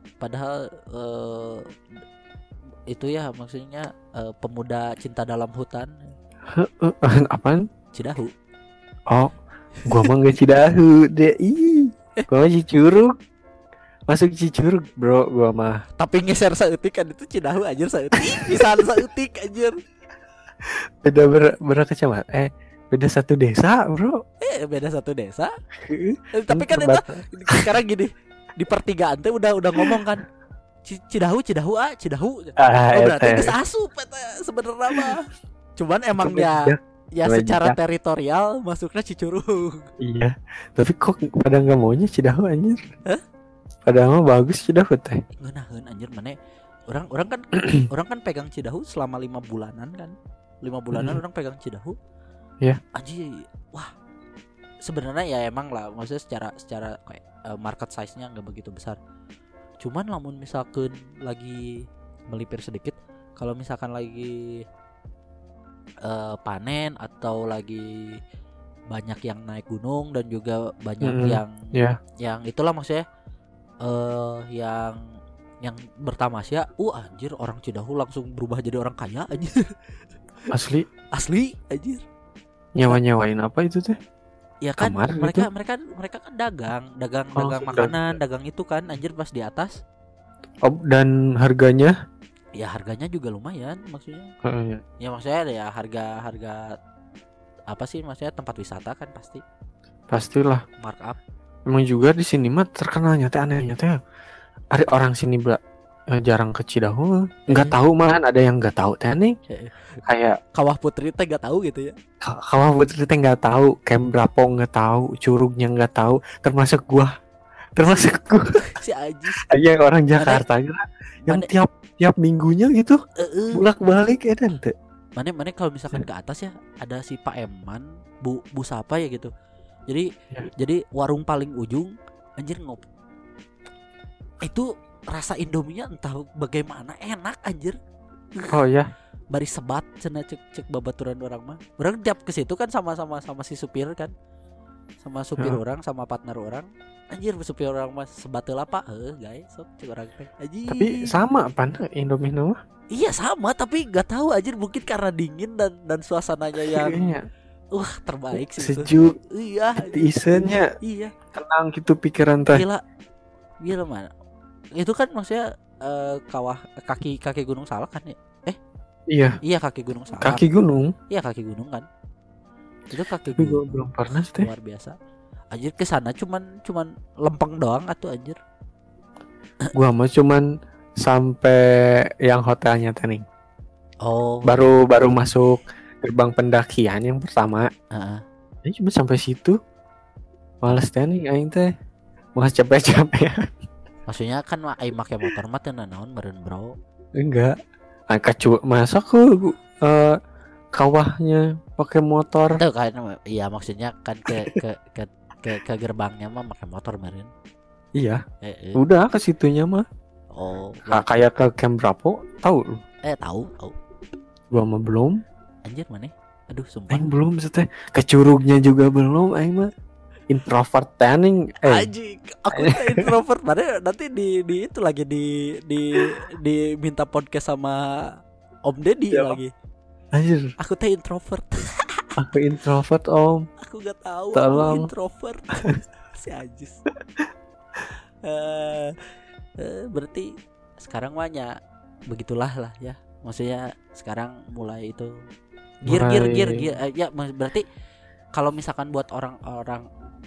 Speaker 2: itu ya maksudnya pemuda cinta dalam hutan.
Speaker 3: Apaan?
Speaker 2: Cidahu.
Speaker 3: Oh, gua mah enggak Cidahu deh. Gua mah Cicurug. Masuk Cicurug, bro, gua mah.
Speaker 2: Tapi ngeser saeutik kan itu Cidahu anjir saeutik. Pisan saeutik anjir.
Speaker 3: Beda berapa kecamatan? Beda satu desa, bro.
Speaker 2: Beda satu desa. Tapi kan itu sekarang gini. Di pertigaan teh udah ngomong kan Cidahu. Berarti geus asup eta sebenarnya mah. Cuman emang ya secara teritorial masuknya Cicurug.
Speaker 3: Iya. Tapi kok pada enggak maunya Cidahu anjir? Padahal mah bagus Cidahu teh.
Speaker 2: Ngeunaheun anjir mana orang kan orang kan pegang Cidahu selama 5 bulanan kan. 5 bulanan orang pegang Cidahu.
Speaker 3: Iya.
Speaker 2: Anjir, wah. Sebenarnya ya emang lah, maksudnya secara kayak market size-nya enggak begitu besar. Cuman lamun misalkan lagi melipir sedikit, kalau misalkan lagi panen atau lagi banyak yang naik gunung dan juga banyak yang itulah maksudnya yang bertamasya, anjir orang Cidahu langsung berubah jadi orang kaya anjir. Asli anjir.
Speaker 3: Nyawa-nyawain apa itu teh?
Speaker 2: Ya kan
Speaker 3: Kamar
Speaker 2: mereka
Speaker 3: gitu?
Speaker 2: mereka kan dagang makanan, dagang itu kan anjir pas di atas.
Speaker 3: Oh, dan harganya?
Speaker 2: Ya harganya juga lumayan maksudnya.
Speaker 3: Iya.
Speaker 2: Ya maksudnya ya harga apa sih maksudnya tempat wisata kan pasti.
Speaker 3: Pastilah.
Speaker 2: Markup.
Speaker 3: Emang juga di sini mah terkenalnya teh anehnya teh. Ada orang sini jarang ke Cidahu. Enggak tahu malahan ada yang enggak tahu teh nih. Kayak
Speaker 2: Kawah Putri teh enggak tahu gitu ya.
Speaker 3: Kawah Putri teh enggak tahu, Camp Brapong enggak tahu, Curugnya enggak tahu, termasuk gua.
Speaker 2: Si Ajis.
Speaker 3: Yang orang Jakarta yang tiap minggunya gitu bolak-balik edan teh.
Speaker 2: Mana kalau misalkan ke atas ya ada si Pak Eman, Bu siapa ya gitu. Jadi warung paling ujung anjir ngopi. Itu rasa Indominya entah bagaimana enak anjir.
Speaker 3: Oh ya.
Speaker 2: Bari sebat cenah cek babaturan orang mah. Orang tiap ke situ kan sama si supir kan. Sama supir orang sama partner orang. Anjir supir orang mah sebat heula Pak. Guys, sok cek orang teh. Anjir.
Speaker 3: Tapi sama pan Indomie mah.
Speaker 2: Iya sama tapi enggak tahu anjir mungkin karena dingin dan suasananya yang terbaik sih.
Speaker 3: Sejuk.
Speaker 2: Iya.
Speaker 3: Isennya.
Speaker 2: Iya.
Speaker 3: Tenang gitu pikiran teh.
Speaker 2: Gila mana? Itu kan maksudnya kawah kaki Gunung Salak kan ya? Iya kaki Gunung Salak.
Speaker 3: Kaki gunung?
Speaker 2: Iya kaki gunung kan. Itu kaki
Speaker 3: tapi
Speaker 2: gunung.
Speaker 3: Gue belum pernah teh.
Speaker 2: Luar biasa. Anjir ke sana cuman lempeng doang atuh anjir.
Speaker 3: Gua mah cuman sampai yang hotelnya teh nih.
Speaker 2: Oh.
Speaker 3: Baru masuk gerbang pendakian yang pertama. Ini cuma sampai situ. Males teh nih aing teh. Males capek-capek.
Speaker 2: Maksudnya kan aing make motor mah teu naon meureun, Bro.
Speaker 3: Enggak. Masa aku kawahnya pakai motor.
Speaker 2: Tuh kan iya maksudnya kan ke gerbangnya mah pakai motor meureun.
Speaker 3: Iya. Udah ke situnya mah.
Speaker 2: Oh.
Speaker 3: Kayak ke Camp Brapong, tahu?
Speaker 2: Tahu.
Speaker 3: Gua mah belum.
Speaker 2: Anjir mana? Aduh sumpah.
Speaker 3: Aing belum teh. Ke Curugnya juga belum aing mah. Introvert tanning
Speaker 2: Anjing, aku introvert. Mana nanti di itu lagi di minta podcast sama Om Deddy lagi.
Speaker 3: Anjir.
Speaker 2: Aku teh introvert.
Speaker 3: Aku introvert Om.
Speaker 2: Aku gak tahu.
Speaker 3: Tolong.
Speaker 2: Aku introvert. Si Ajis. Berarti sekarang banyak begitulah lah ya. Maksudnya sekarang mulai itu gear ya berarti kalau misalkan buat orang-orang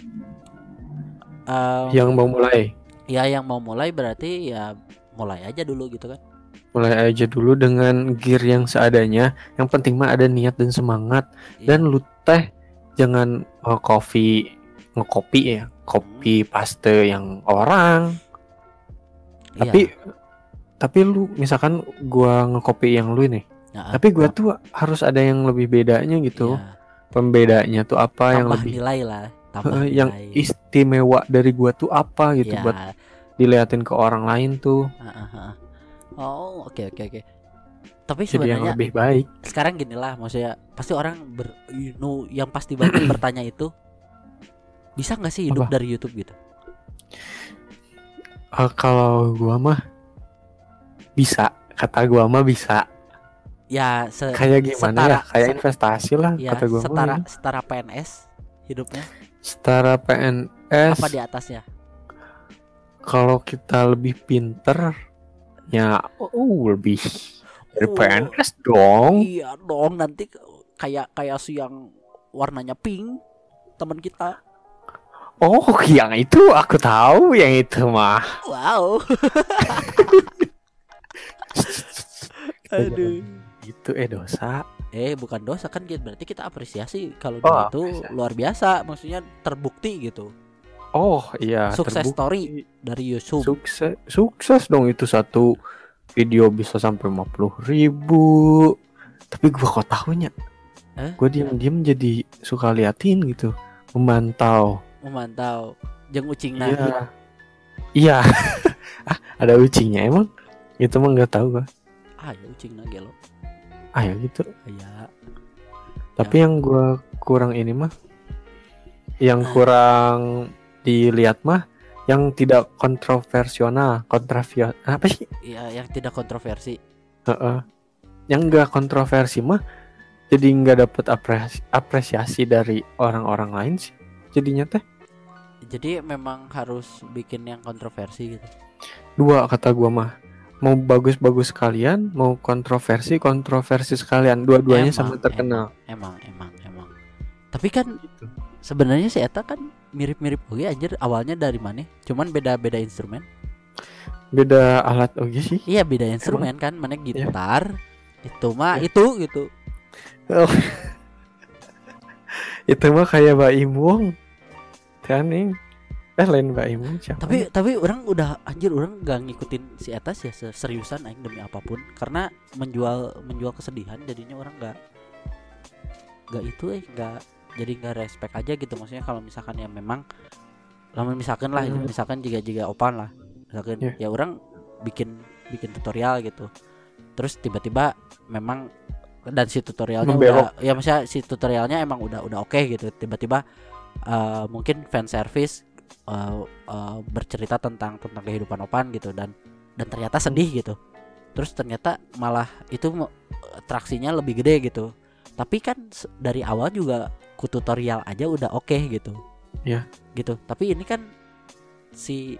Speaker 3: yang mau mulai.
Speaker 2: Ya yang mau mulai berarti ya mulai aja dulu gitu kan.
Speaker 3: Mulai aja dulu dengan gear yang seadanya. Yang penting mah ada niat dan semangat. Dan lu teh jangan ngekopi paste yang orang. Tapi lu misalkan gua ngekopi yang lu nih. Tapi gua tuh harus ada yang lebih bedanya gitu. Pembedanya tuh apa
Speaker 2: tambah
Speaker 3: yang lebih
Speaker 2: nilai lah.
Speaker 3: Yang istimewa dari gua tuh apa gitu buat diliatin ke orang lain tuh.
Speaker 2: Oh oke. Tapi
Speaker 3: jadi
Speaker 2: sebenarnya
Speaker 3: yang lebih baik.
Speaker 2: Sekarang gini lah, maksudnya pasti orang yang pasti banyak bertanya itu bisa nggak sih hidup dari YouTube gitu?
Speaker 3: Kalau gua mah bisa, kata gua mah bisa.
Speaker 2: Ya
Speaker 3: kayak gimana ya? Kayak investasi lah
Speaker 2: ya,
Speaker 3: kata gua mah.
Speaker 2: Setara PNS hidupnya.
Speaker 3: Setara PNS.
Speaker 2: Apa di atasnya?
Speaker 3: Kalau kita lebih pinter ya lebih dari PNS dong.
Speaker 2: Iya dong, nanti kayak si yang warnanya pink teman kita.
Speaker 3: Oh, yang itu aku tahu, yang itu mah.
Speaker 2: Wow. Aduh.
Speaker 3: Itu dosa.
Speaker 2: Bukan dosa kan, berarti kita apresiasi kalau dia itu luar biasa, maksudnya terbukti gitu.
Speaker 3: Oh iya,
Speaker 2: Sukses
Speaker 3: terbukti.
Speaker 2: story dari YouTube.
Speaker 3: Sukses dong itu satu video bisa sampai 50.000. Tapi gua kok tahunya. Gua diam-diam jadi suka liatin gitu, memantau
Speaker 2: jeung ucingna.
Speaker 3: Iya. Iya. Ada ucingnya emang? Itu mah nggak tahu gua.
Speaker 2: Ya ucingna gelo.
Speaker 3: Ya gitu.
Speaker 2: Ya.
Speaker 3: Tapi yang gua kurang ini mah, yang kurang dilihat mah, yang tidak kontroversial, apa sih?
Speaker 2: Ya, yang tidak kontroversi.
Speaker 3: Yang nggak kontroversi mah, jadi nggak dapat apresiasi dari orang-orang lain sih. Jadinya teh.
Speaker 2: Jadi memang harus bikin yang kontroversi gitu.
Speaker 3: Dua kata gua mah. Mau bagus-bagus sekalian, mau kontroversi sekalian. Dua-duanya sama terkenal.
Speaker 2: Emang. Tapi kan sebenarnya si eta kan mirip-mirip oge anjir, awalnya dari mana? Cuman beda instrumen.
Speaker 3: Beda alat oge sih.
Speaker 2: Iya, beda instrumen kan. Mana gitar, itu mah itu gitu.
Speaker 3: Oh. Itu mah kayak Baim Wong. Kaning. Lain Baim Wong siapa?
Speaker 2: Tapi orang udah anjir, orang gak ngikutin si eta sih seriusan aing demi apapun, karena menjual kesedihan, jadinya orang gak itu jadi nggak respect aja gitu. Maksudnya kalau misalkan ya memang misalkan jika opan lah misalkan ya orang bikin tutorial gitu, terus tiba-tiba memang dan si tutorialnya udah ya, maksudnya si tutorialnya emang udah oke gitu, tiba-tiba mungkin fan service bercerita tentang kehidupan opan gitu, dan ternyata sedih gitu, terus ternyata malah itu traksinya lebih gede gitu. Tapi kan dari awal juga ku tutorial aja udah oke gitu.
Speaker 3: Ya.
Speaker 2: Gitu. Tapi ini kan si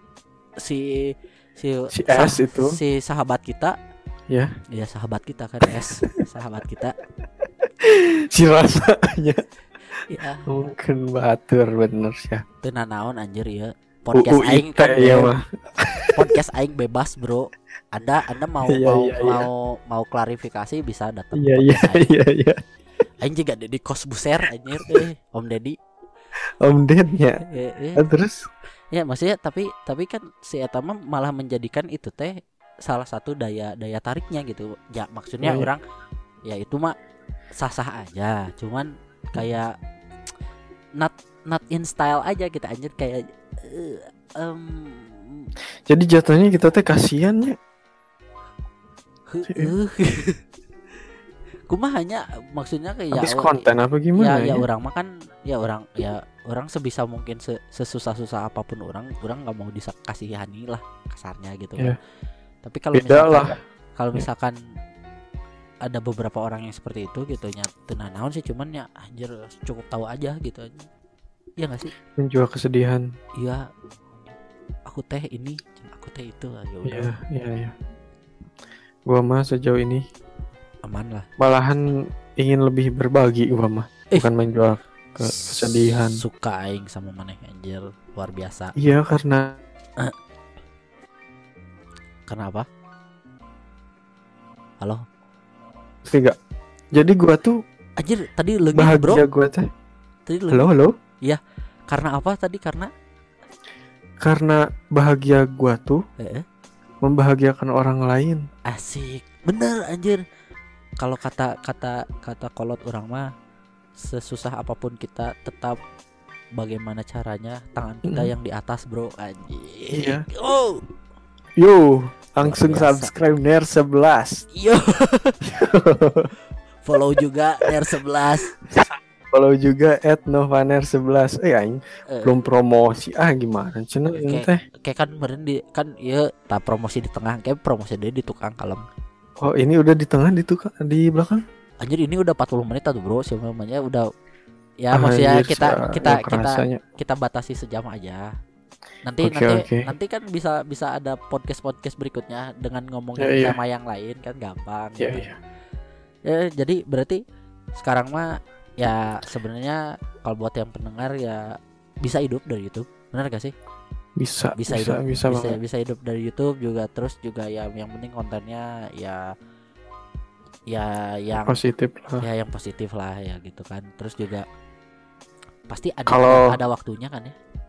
Speaker 2: sahabat kita.
Speaker 3: Ya.
Speaker 2: Ya sahabat kita kan sahabat kita.
Speaker 3: Si rasanya.
Speaker 2: Ya.
Speaker 3: Mungkin batur bener sih.
Speaker 2: Teu nanaon anjir ya. Podcast aing kan ya, podcast aing bebas bro. Anda mau klarifikasi bisa datang.
Speaker 3: Iya.
Speaker 2: Aing juga Dedi kos buser anjir Om Dedi.
Speaker 3: Ya. Terus
Speaker 2: ya maksudnya tapi kan si eta mah malah menjadikan itu teh salah satu daya tariknya gitu. Ya maksudnya orang ya itu mah sah-sah aja, cuman kayak not in style aja kita anjir kayak
Speaker 3: jadi jatuhnya kita teh kasihan ya.
Speaker 2: Kumahanya maksudnya kayak
Speaker 3: habis konten apa gimana
Speaker 2: ya orang mah kan orang sebisa mungkin sesusah-susah apapun orang nggak mau dikasihani lah kasarnya gitu kan. Tapi kalau misalkan ada beberapa orang yang seperti itu gitu nya tenanaon sih, cuman ya anjir cukup tahu aja gitu aja. Iya nggak sih?
Speaker 3: Menjual kesedihan.
Speaker 2: Iya. Aku teh ini, aku teh itu.
Speaker 3: Ya udah. Iya. Gua mah sejauh ini
Speaker 2: aman lah.
Speaker 3: Malahan ingin lebih berbagi gua mah, bukan menjual kesedihan.
Speaker 2: Suka aing sama maneh anjir, luar biasa.
Speaker 3: Iya, karena
Speaker 2: apa? Halo?
Speaker 3: Tidak. Jadi gua tuh
Speaker 2: anjir tadi lagi
Speaker 3: bro. Bahagia gua teh. Halo? Iya.
Speaker 2: Karena apa tadi? Karena
Speaker 3: bahagia gua tuh membahagiakan orang lain.
Speaker 2: Asik. Bener anjir. Kalau kata kolot orang mah, sesusah apapun kita tetap bagaimana caranya tangan kita yang di atas, bro. Anjir.
Speaker 3: Iya. Yo, langsung subscribe Ner 11.
Speaker 2: Yo. Follow juga Ner 11.
Speaker 3: Follow juga @novaner11. Aing belum promosi gimana cenah teh.
Speaker 2: Kayak kan kemarin tak promosi di tengah, kayak promosi di tukang kalem.
Speaker 3: Oh, ini udah di tengah di belakang.
Speaker 2: Anjir ini udah 40 menit tuh, bro. Sebenarnya udah ya maksudnya kita batasi sejam aja. Nanti kan bisa ada podcast berikutnya dengan ngomongin tema yang lain kan gampang gitu. Ya, jadi berarti sekarang mah ya sebenarnya kalau buat yang pendengar ya bisa hidup dari YouTube, benar gak sih? Bisa hidup dari YouTube juga, terus juga ya yang penting kontennya ya yang
Speaker 3: positif lah.
Speaker 2: Ya yang positif lah ya gitu kan. Terus juga pasti ada waktunya kan ya.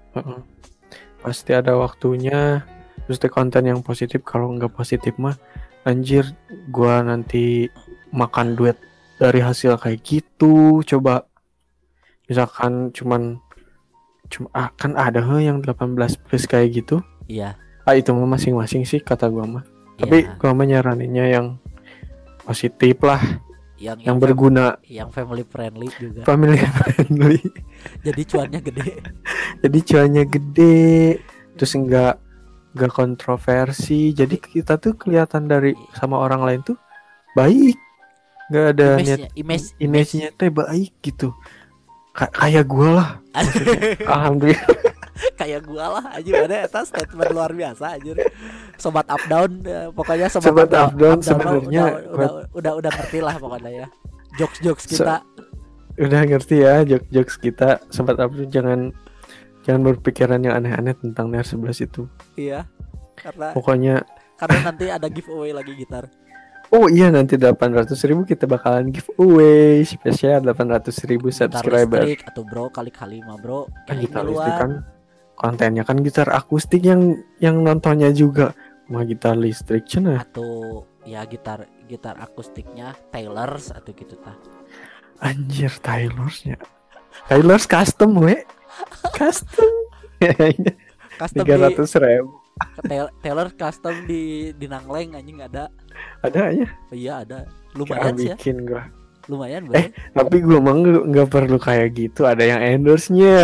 Speaker 3: Heeh. Pasti ada waktunya. Terus teh konten yang positif, kalau nggak positif mah anjir gua nanti makan duit dari hasil kayak gitu. Coba misalkan cuma kan ada yang 18 plus kayak gitu.
Speaker 2: Iya.
Speaker 3: Itu mah masing-masing sih kata gua mah. Tapi
Speaker 2: Iya.
Speaker 3: gua mah nyaraninnya yang positif lah, yang
Speaker 2: Yang
Speaker 3: berguna,
Speaker 2: yang family friendly juga.
Speaker 3: family friendly.
Speaker 2: Jadi cuannya gede.
Speaker 3: Jadi cuannya gede, terus nggak kontroversi. Jadi kita tuh kelihatan dari sama orang lain tuh baik, nggak ada niat image-nya teh baik gitu. Kayak gue lah. Alhamdulillah.
Speaker 2: Kayak gua lah anjir, ada eta statement luar biasa anjir. Sobat up down, pokoknya sobat
Speaker 3: up down
Speaker 2: mah
Speaker 3: sebenarnya
Speaker 2: udah ngerti lah pokoknya ya. Jokes kita.
Speaker 3: Udah ngerti ya jokes kita. Sobat up down jangan berpikiran yang aneh-aneh tentang NER 11 itu.
Speaker 2: Iya. Karena nanti ada giveaway lagi gitar.
Speaker 3: Oh iya, nanti 800.000 kita bakalan giveaway spesial 800.000 subscriber.
Speaker 2: Gitar listrik atau bro kali-kali mah bro.
Speaker 3: Gitar listrik kan kontennya kan gitar akustik yang nontonnya juga mah gitar listrik cenah.
Speaker 2: Atau ya gitar akustiknya Taylor's atau gitu tah.
Speaker 3: Anjir, Taylor's custom we. Custom.
Speaker 2: Custom
Speaker 3: 300.000.
Speaker 2: Taylor custom di Nangleng anjing ada.
Speaker 3: Ada ya?
Speaker 2: Iya ada. Lumayan sih ya.
Speaker 3: Bikin gua.
Speaker 2: Lumayan bro.
Speaker 3: Tapi gua mah nggak perlu kayak gitu. Ada yang endorse-nya.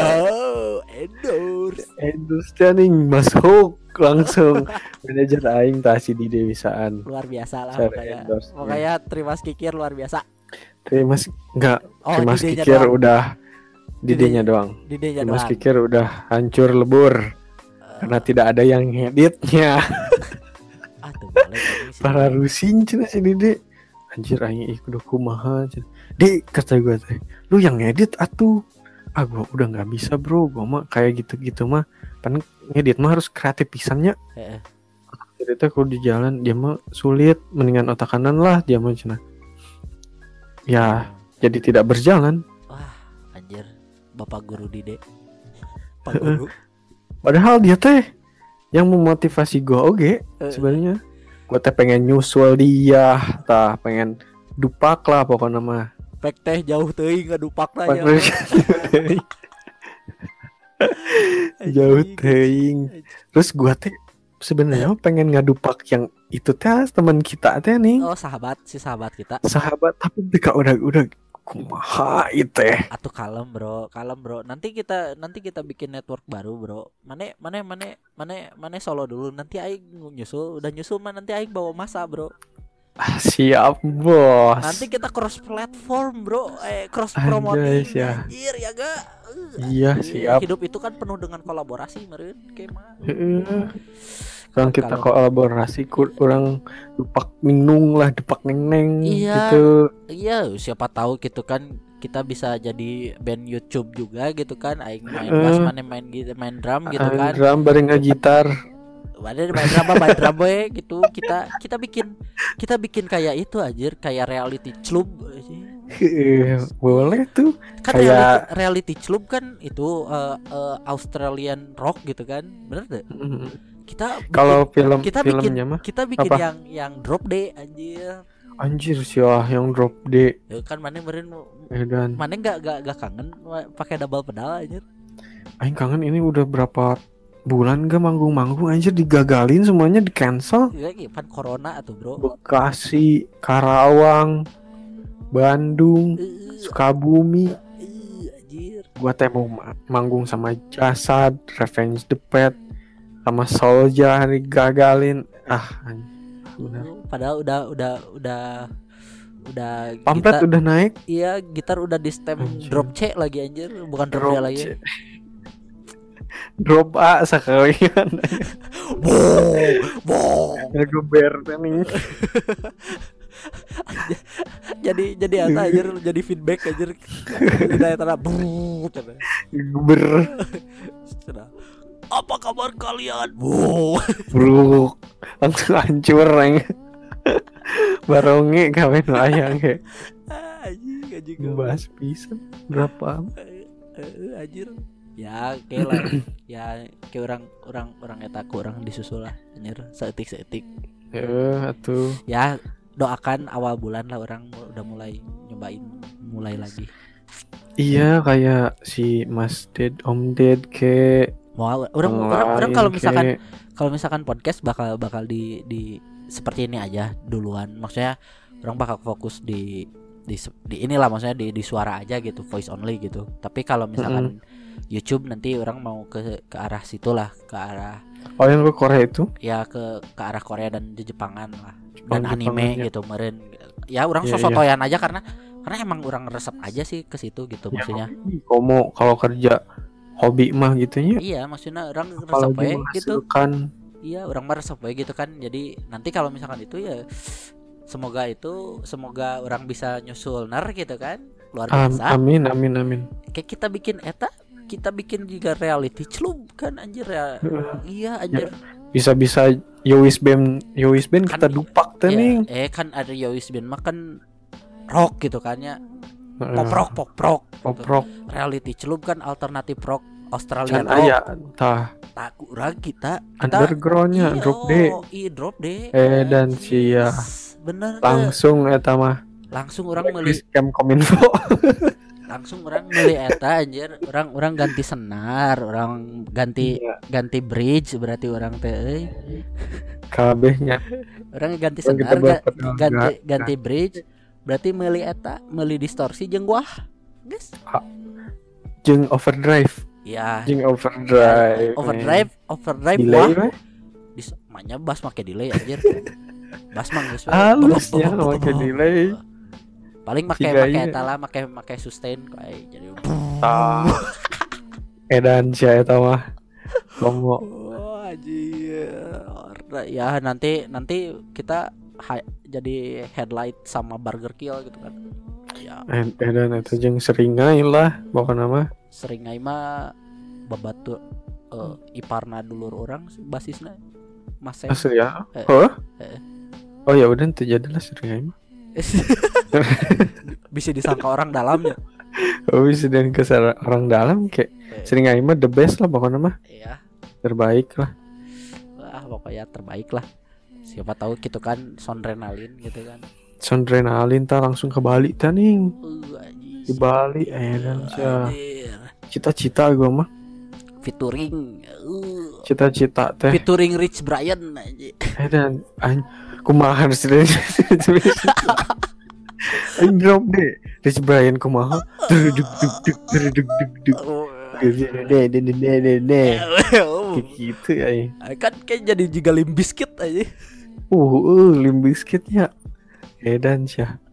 Speaker 3: Endorse nih masuk langsung. Manajer aing tasi di Dewisaan.
Speaker 2: Luar biasa lah
Speaker 3: pokoknya
Speaker 2: terima Kikir luar biasa.
Speaker 3: Terima Kikir
Speaker 2: doang.
Speaker 3: Udah Didenya doang. Mas Kikir udah hancur lebur. Karena tidak ada yang ngeditnya. Para rusing cina si Dede. Anjir aing udah kumaha cina. Dek kata gue teh, lu yang ngedit atuh. Gua udah nggak bisa bro, gua mah kayak gitu mah. Pan ngedit mah harus kreatif pisannya. Jadi teh kalau di jalan dia mah sulit, mendingan otak kanan lah dia mah cina. Ya jadi tidak berjalan.
Speaker 2: Wah anjir, bapak guru Dede. Pak guru.
Speaker 3: Padahal dia teh yang memotivasi gue oke sebenarnya. Gue teh pengen nyusul dia, pengen dupak lah pokoknya mah.
Speaker 2: Pek teh jauh teuing ngadupak lah ya.
Speaker 3: Jauh teuing. Terus gue teh sebenarnya pengen ngadupak yang itu teh teman kita teh nih.
Speaker 2: Oh sahabat kita.
Speaker 3: Sahabat tapi mereka udah kumaha itu
Speaker 2: atau kalem bro nanti kita bikin network baru bro. Mana solo dulu, nanti aing udah nyusul mah nanti aing bawa masa bro.
Speaker 3: Siap bos,
Speaker 2: nanti kita cross platform bro, cross promoting
Speaker 3: ya.
Speaker 2: Anjir ya ga
Speaker 3: iya siap.
Speaker 2: Hidup itu kan penuh dengan kolaborasi meureun kemah.
Speaker 3: Kalau kita kolaborasi kurang depak minung lah, depak neng gitu.
Speaker 2: Iya, siapa tahu gitu kan kita bisa jadi band YouTube juga gitu kan. Aing main bass, main drum gitu kan.
Speaker 3: Drum bareng gitar.
Speaker 2: Main drum we gitu. Kita bikin kayak itu anjir, kayak reality club.
Speaker 3: Boleh tuh.
Speaker 2: Kan kayak reality club kan itu Australian rock gitu kan. Bener deh. Kita filmnya mah kita bikin apa? yang drop D anjir
Speaker 3: siah yang drop D
Speaker 2: ya kan. Mana meureun mana enggak kangen pakai double pedal anjir.
Speaker 3: Aing kangen. Ini udah berapa bulan gak manggung anjir, digagalin semuanya, di cancel
Speaker 2: ya kan corona atuh bro.
Speaker 3: Bekasi, Karawang, Bandung, Sukabumi
Speaker 2: anjir.
Speaker 3: Gua teh mau manggung sama Jasad, Revenge the Pet sama Soulja digagalin. Benar.
Speaker 2: Padahal udah
Speaker 3: pamflet
Speaker 2: gitar,
Speaker 3: udah naik.
Speaker 2: Iya, gitar udah di stem drop C lagi anjir, bukan drop D lagi.
Speaker 3: Drop A sekalian. Ngegeber nih.
Speaker 2: jadi apa anjir, jadi feedback anjir. Udah tanah
Speaker 3: Geber.
Speaker 2: Apa kabar kalian?
Speaker 3: Bro, langsung hancur neng. Baronge kawen layang ke.
Speaker 2: Anjing
Speaker 3: bahas pisan berapa
Speaker 2: anjir. Ya kayak lah. Ya kayak orang eta ku orang disusul lah anjir seetik.
Speaker 3: Atuh.
Speaker 2: Ya doakan awal bulan lah orang udah mulai nyobain mulai lagi.
Speaker 3: Iya kayak si Mas Ded, Om Ded ke
Speaker 2: Mau orang kalau misalkan podcast bakal di seperti ini aja duluan. Maksudnya orang bakal fokus di inilah maksudnya di suara aja gitu, voice only gitu. Tapi kalau misalkan YouTube nanti orang mau ke arah situlah, ke arah
Speaker 3: yang ke Korea itu?
Speaker 2: Ya ke arah Korea dan Jepangan lah.
Speaker 3: Jepang,
Speaker 2: Dan anime
Speaker 3: ya.
Speaker 2: gitu meren. Ya orang
Speaker 3: Iya,
Speaker 2: sosotoyan aja karena emang orang resep aja sih ke situ gitu maksudnya.
Speaker 3: Komo kalau kerja hobi mah gitunya.
Speaker 2: Iya, maksudnya orang resep
Speaker 3: Apalagi
Speaker 2: we gitu.
Speaker 3: menghasilkan.
Speaker 2: Iya, orang mah resep we gitu kan. Jadi nanti kalau misalkan itu ya semoga orang bisa nyusul gitu kan. Luar biasa.
Speaker 3: Amin.
Speaker 2: Kayak kita bikin juga reality celub kan anjir ya. Iya anjir.
Speaker 3: Bisa Yowis Band
Speaker 2: Kan,
Speaker 3: kita dupak teh ning.
Speaker 2: Kan ada Yowis Band mah kan rock gitu kan ya. Pop rock. Reality celub kan alternatif rock Australian rock.
Speaker 3: Aya tah
Speaker 2: Tak kurang kita
Speaker 3: undergroundnya drop D.
Speaker 2: Iya drop D.
Speaker 3: Dan sia
Speaker 2: bener
Speaker 3: langsung eta mah.
Speaker 2: Langsung orang meuli
Speaker 3: Scam Kominfo.
Speaker 2: langsung orang meuli eta anjir. Orang ganti senar, orang ganti bridge berarti orang teh euy.
Speaker 3: Kabehnya.
Speaker 2: Orang ganti senar, ganti bridge berarti meuli eta, meuli distorsi jeung wah. Geus.
Speaker 3: Jeung overdrive.
Speaker 2: Ya.
Speaker 3: Jeung overdrive.
Speaker 2: Delay wah. Manya bass make delay anjir. Bass mah geus
Speaker 3: halusnya make delay.
Speaker 2: Paling make eta lah, make sustain kayak jadi.
Speaker 3: Edan sia eta mah. Komo.
Speaker 2: Oh anjir. Ya nanti kita jadi headlight sama Burger Kill gitu kan. Ya.
Speaker 3: Edan eta jeung seringai lah pokona mah.
Speaker 2: Seringai mah babatu iparna dulur orang basisna Mas Sem.
Speaker 3: Asli ya? Oh ya udah itu jadilah seringai mah.
Speaker 2: Bisa disangka orang dalamnya.
Speaker 3: Oh bisa dan ke orang dalam kayak seringai mah the best lah pokoknya mah.
Speaker 2: Iya.
Speaker 3: Terbaik lah.
Speaker 2: Wah pokoknya terbaik lah. Siapa tahu gitu kan Sondrenalin gitu kan.
Speaker 3: Sondrenalin ta langsung ke Bali ta ning. Di Bali dan cita-cita gua mah.
Speaker 2: Featuring.
Speaker 3: Cita-cita teh.
Speaker 2: Featuring Rich Brian aja.
Speaker 3: Dan kumaha harus Aing drop deh Rich Brian kumaha duk gitu ya
Speaker 2: kan kayak jadi juga Limp Bizkit aja
Speaker 3: Limp Bizkitnya edan syah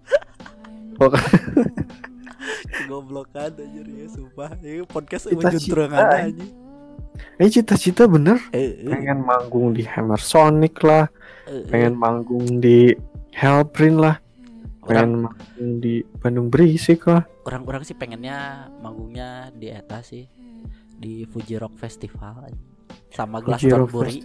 Speaker 2: goblokan aja ya sumpah ini podcast menjuntrangan aja
Speaker 3: cita-cita bener pengen manggung di Hammer Sonic lah pengen manggung di Hellprint lah pengen manggung di Bandung Berisik lah
Speaker 2: orang sih pengennya manggungnya di eta sih di Fuji Rock Festival sama Glastonbury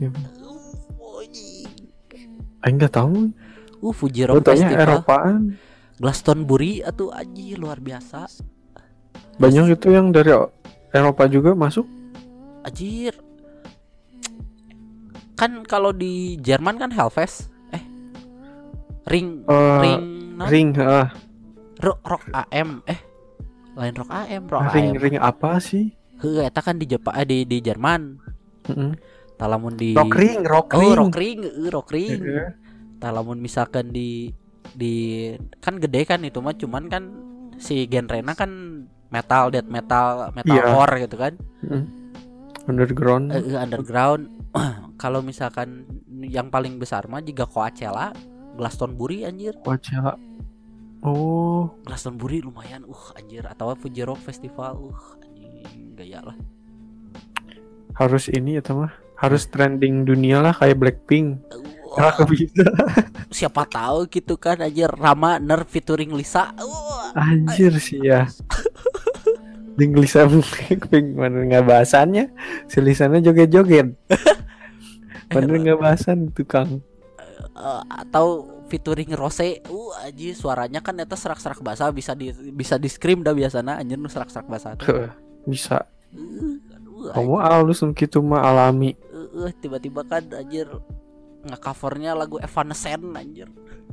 Speaker 3: Aing nggak tahu
Speaker 2: Fuji Rock Festival
Speaker 3: Eropaan
Speaker 2: Glastonbury atau aji luar biasa
Speaker 3: banyak itu yang dari Eropa juga masuk
Speaker 2: Ajir. Kan kalau di Jerman kan Hellfest. Ring Rock AM. Lain Rock AM,
Speaker 3: Ring apa sih?
Speaker 2: Heuh eta kan di Jepang di Jerman. Talamun di
Speaker 3: Rock Ring.
Speaker 2: Talamun misalkan di kan gede kan itu mah cuman kan si genrena kan metal, death metal, metalcore gitu kan.
Speaker 3: Underground.
Speaker 2: Kalau misalkan yang paling besar mah juga Coachella, Glastonbury anjir.
Speaker 3: Coachella.
Speaker 2: Glastonbury lumayan anjir atau Fuji Rock Festival anjing gaya lah.
Speaker 3: Harus ini ya mah. Harus trending dunia lah kayak Blackpink. Kalau bisa.
Speaker 2: Siapa tahu gitu kan anjir Rama Ner featuring Lisa.
Speaker 3: Anjir sih ya. Lisa Blackpink mana nggak bahasannya si Lisanya joget-joget mana nggak bahasan tukang
Speaker 2: atau featuring Rose aja suaranya kan eta serak-serak bahasa bisa di scream dah biasana anjir nu serak-serak bahasa
Speaker 3: bisa Kamu halus gitu mah alami.
Speaker 2: Tiba-tiba kan anjir nge-covernya lagu Evanescence anjir.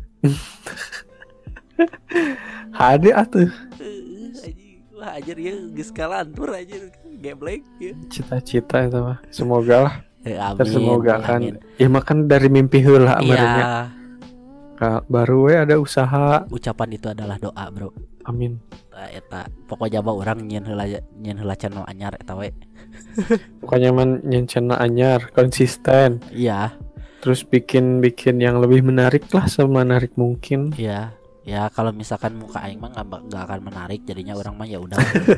Speaker 3: HD atuh.
Speaker 2: Wah anjir ya geus kalantur anjir geblek ya.
Speaker 3: Cita-cita itu mah. Semoga lah.
Speaker 2: Amin.
Speaker 3: Tersemoga kan.
Speaker 2: Amin.
Speaker 3: Ya makan dari mimpi heula amarnya.
Speaker 2: Iya.
Speaker 3: Baru we ada usaha.
Speaker 2: Ucapan itu adalah doa, bro.
Speaker 3: Amin.
Speaker 2: Eta pokoknya mah urang nyen heula channel anyar eta we.
Speaker 3: Pokoknya man nyencana anyar, konsisten.
Speaker 2: Iya.
Speaker 3: Terus bikin yang lebih menarik lah, semenarik mungkin.
Speaker 2: Iya. Ya kalau misalkan muka aing mah enggak akan menarik, jadinya orang mah ya udah.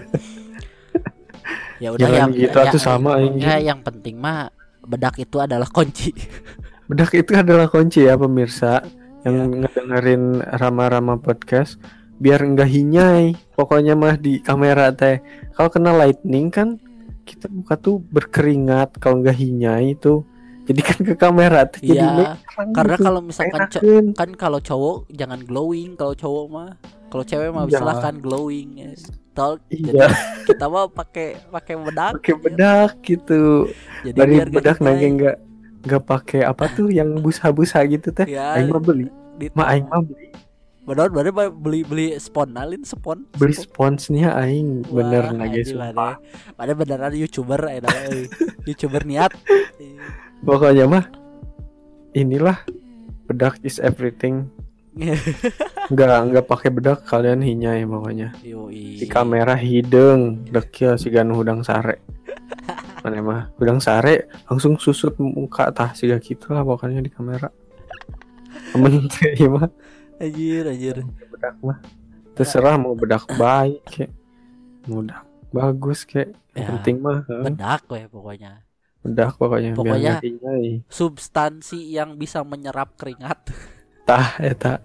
Speaker 2: Ya udah
Speaker 3: Jangan
Speaker 2: yang
Speaker 3: gitu atuh sama aing.
Speaker 2: Ya yang penting mah bedak itu adalah kunci.
Speaker 3: Bedak itu adalah kunci ya pemirsa yang ngedengerin Rama-Rama podcast, biar enggak hinyai. Pokoknya mah di kamera teh kalau kena lightning kan kita muka tuh berkeringat, kalau enggak hinyai itu jadi kan ke kamera tuh jadi
Speaker 2: karena
Speaker 3: gitu.
Speaker 2: kalau misalkan kan kalau cowok jangan glowing, kalau cowok mah, kalau cewek mah silahkan glowing ya. Jadi kita mah pakai bedak.
Speaker 3: Pakai bedak gitu.
Speaker 2: Jadi
Speaker 3: dari
Speaker 2: biar
Speaker 3: bedak nangge enggak pakai apa tuh yang busa-busa gitu teh.
Speaker 2: Ya,
Speaker 3: aing mah beli. Aing mah beli.
Speaker 2: Benar beli spon.
Speaker 3: Beli sponsnya aing bener nage sumpah.
Speaker 2: Padahal beneran YouTuber YouTuber niat.
Speaker 3: Pokoknya mah inilah bedak is everything. Enggak pakai bedak kalian hinyai pokoknya. Di kamera hidung dekil siga nu hudang sare. Mana mah hudang sare langsung susut muka tah siga gitulah pokoknya di kamera. Temen teh mah
Speaker 2: anjir
Speaker 3: bedak mah terserah mau bedak baik kek mau bedak bagus kek
Speaker 2: ya,
Speaker 3: penting mah
Speaker 2: bedak we pokoknya
Speaker 3: biar hinyai.
Speaker 2: Substansi yang bisa menyerap keringat
Speaker 3: tah eta.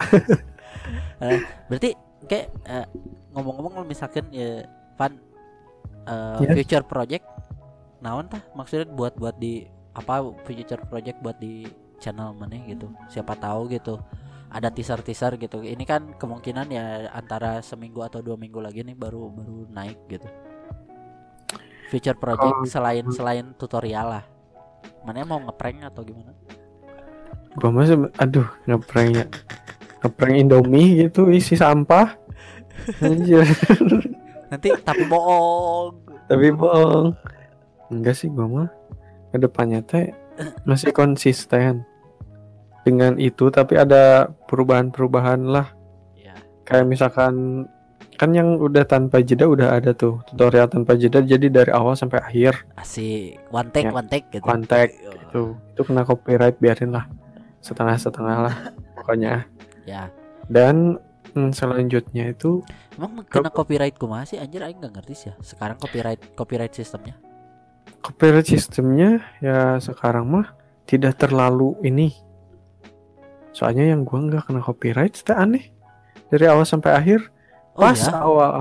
Speaker 2: Berarti kayak ngomong-ngomong misalkan ya future project naon tah maksudnya buat di apa future project buat di channel mana gitu, siapa tahu gitu ada teaser gitu. Ini kan kemungkinan ya antara seminggu atau 2 minggu lagi nih baru naik gitu future project selain tutorial lah. Mana mau ngeprank atau gimana?
Speaker 3: Gua mah ngeprank Indomie gitu isi sampah. Anjir.
Speaker 2: Nanti tapi bohong.
Speaker 3: Enggak sih gua mah kedepannya teh masih konsisten dengan itu, tapi ada perubahan lah ya. Kayak misalkan kan yang udah tanpa jeda udah ada tuh tutorial tanpa jeda, jadi dari awal sampai akhir
Speaker 2: asik one take gitu.
Speaker 3: One take gitu. Itu kena copyright, biarin lah setengah lah pokoknya ya. Dan selanjutnya itu
Speaker 2: emang kena copyright kumaha sih anjir, aing enggak ngerti sih ya sekarang copyright sistemnya.
Speaker 3: Copyright sistemnya ya sekarang mah tidak terlalu ini. Soalnya yang gua nggak kena copyright, itu aneh dari awal sampai akhir. Pas ya?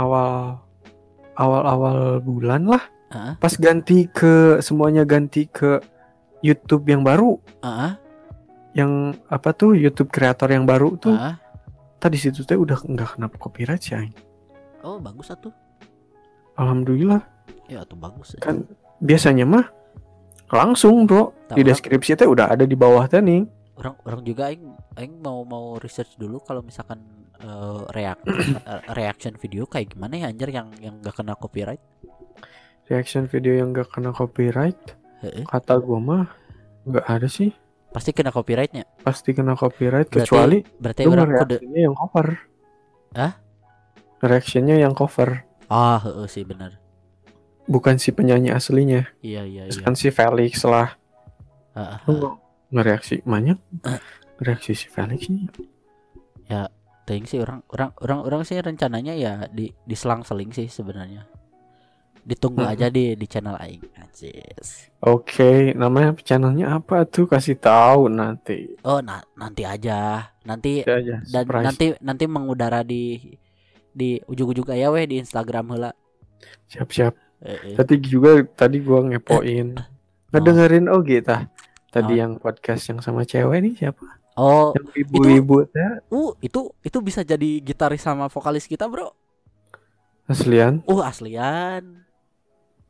Speaker 3: awal bulan lah. Pas semuanya ganti ke YouTube yang baru. Yang apa tuh YouTube kreator yang baru tuh. Tadi situ teh udah nggak kena copyright sih.
Speaker 2: Oh bagus atuh.
Speaker 3: Alhamdulillah.
Speaker 2: Ya tuh bagus.
Speaker 3: Kan biasanya mah langsung bro di deskripsi teh udah ada di bawah teh nih.
Speaker 2: Orang juga aing mau research dulu kalau misalkan reaction video kayak gimana ya anjir yang enggak kena copyright.
Speaker 3: Reaction video yang enggak kena copyright? Kata gua mah enggak ada sih.
Speaker 2: Pasti kena copyrightnya. Pasti kena copyright
Speaker 3: kecuali
Speaker 2: berarti orang
Speaker 3: reactionnya yang cover. Reactionnya yang cover.
Speaker 2: Sih benar.
Speaker 3: Bukan si penyanyi aslinya.
Speaker 2: Iya.
Speaker 3: Kan si Felix lah. Ngereaksi banyak reaksi si Felix nih
Speaker 2: ya. Ting sih orang sih rencananya ya diselang-seling sih sebenarnya. Ditunggu aja di channel aing.
Speaker 3: Oke, namanya channelnya apa tuh, kasih tahu nanti.
Speaker 2: Nanti aja dan nanti mengudara di ujung-ujung aya weh di Instagram heula.
Speaker 3: Siap. Tadi gua ngepoin ngedengerin tah. Tadi yang podcast yang sama cewek nih siapa? Yang ibu-ibu teh.
Speaker 2: Itu bisa jadi gitaris sama vokalis kita, Bro.
Speaker 3: Aslian?
Speaker 2: Aslian.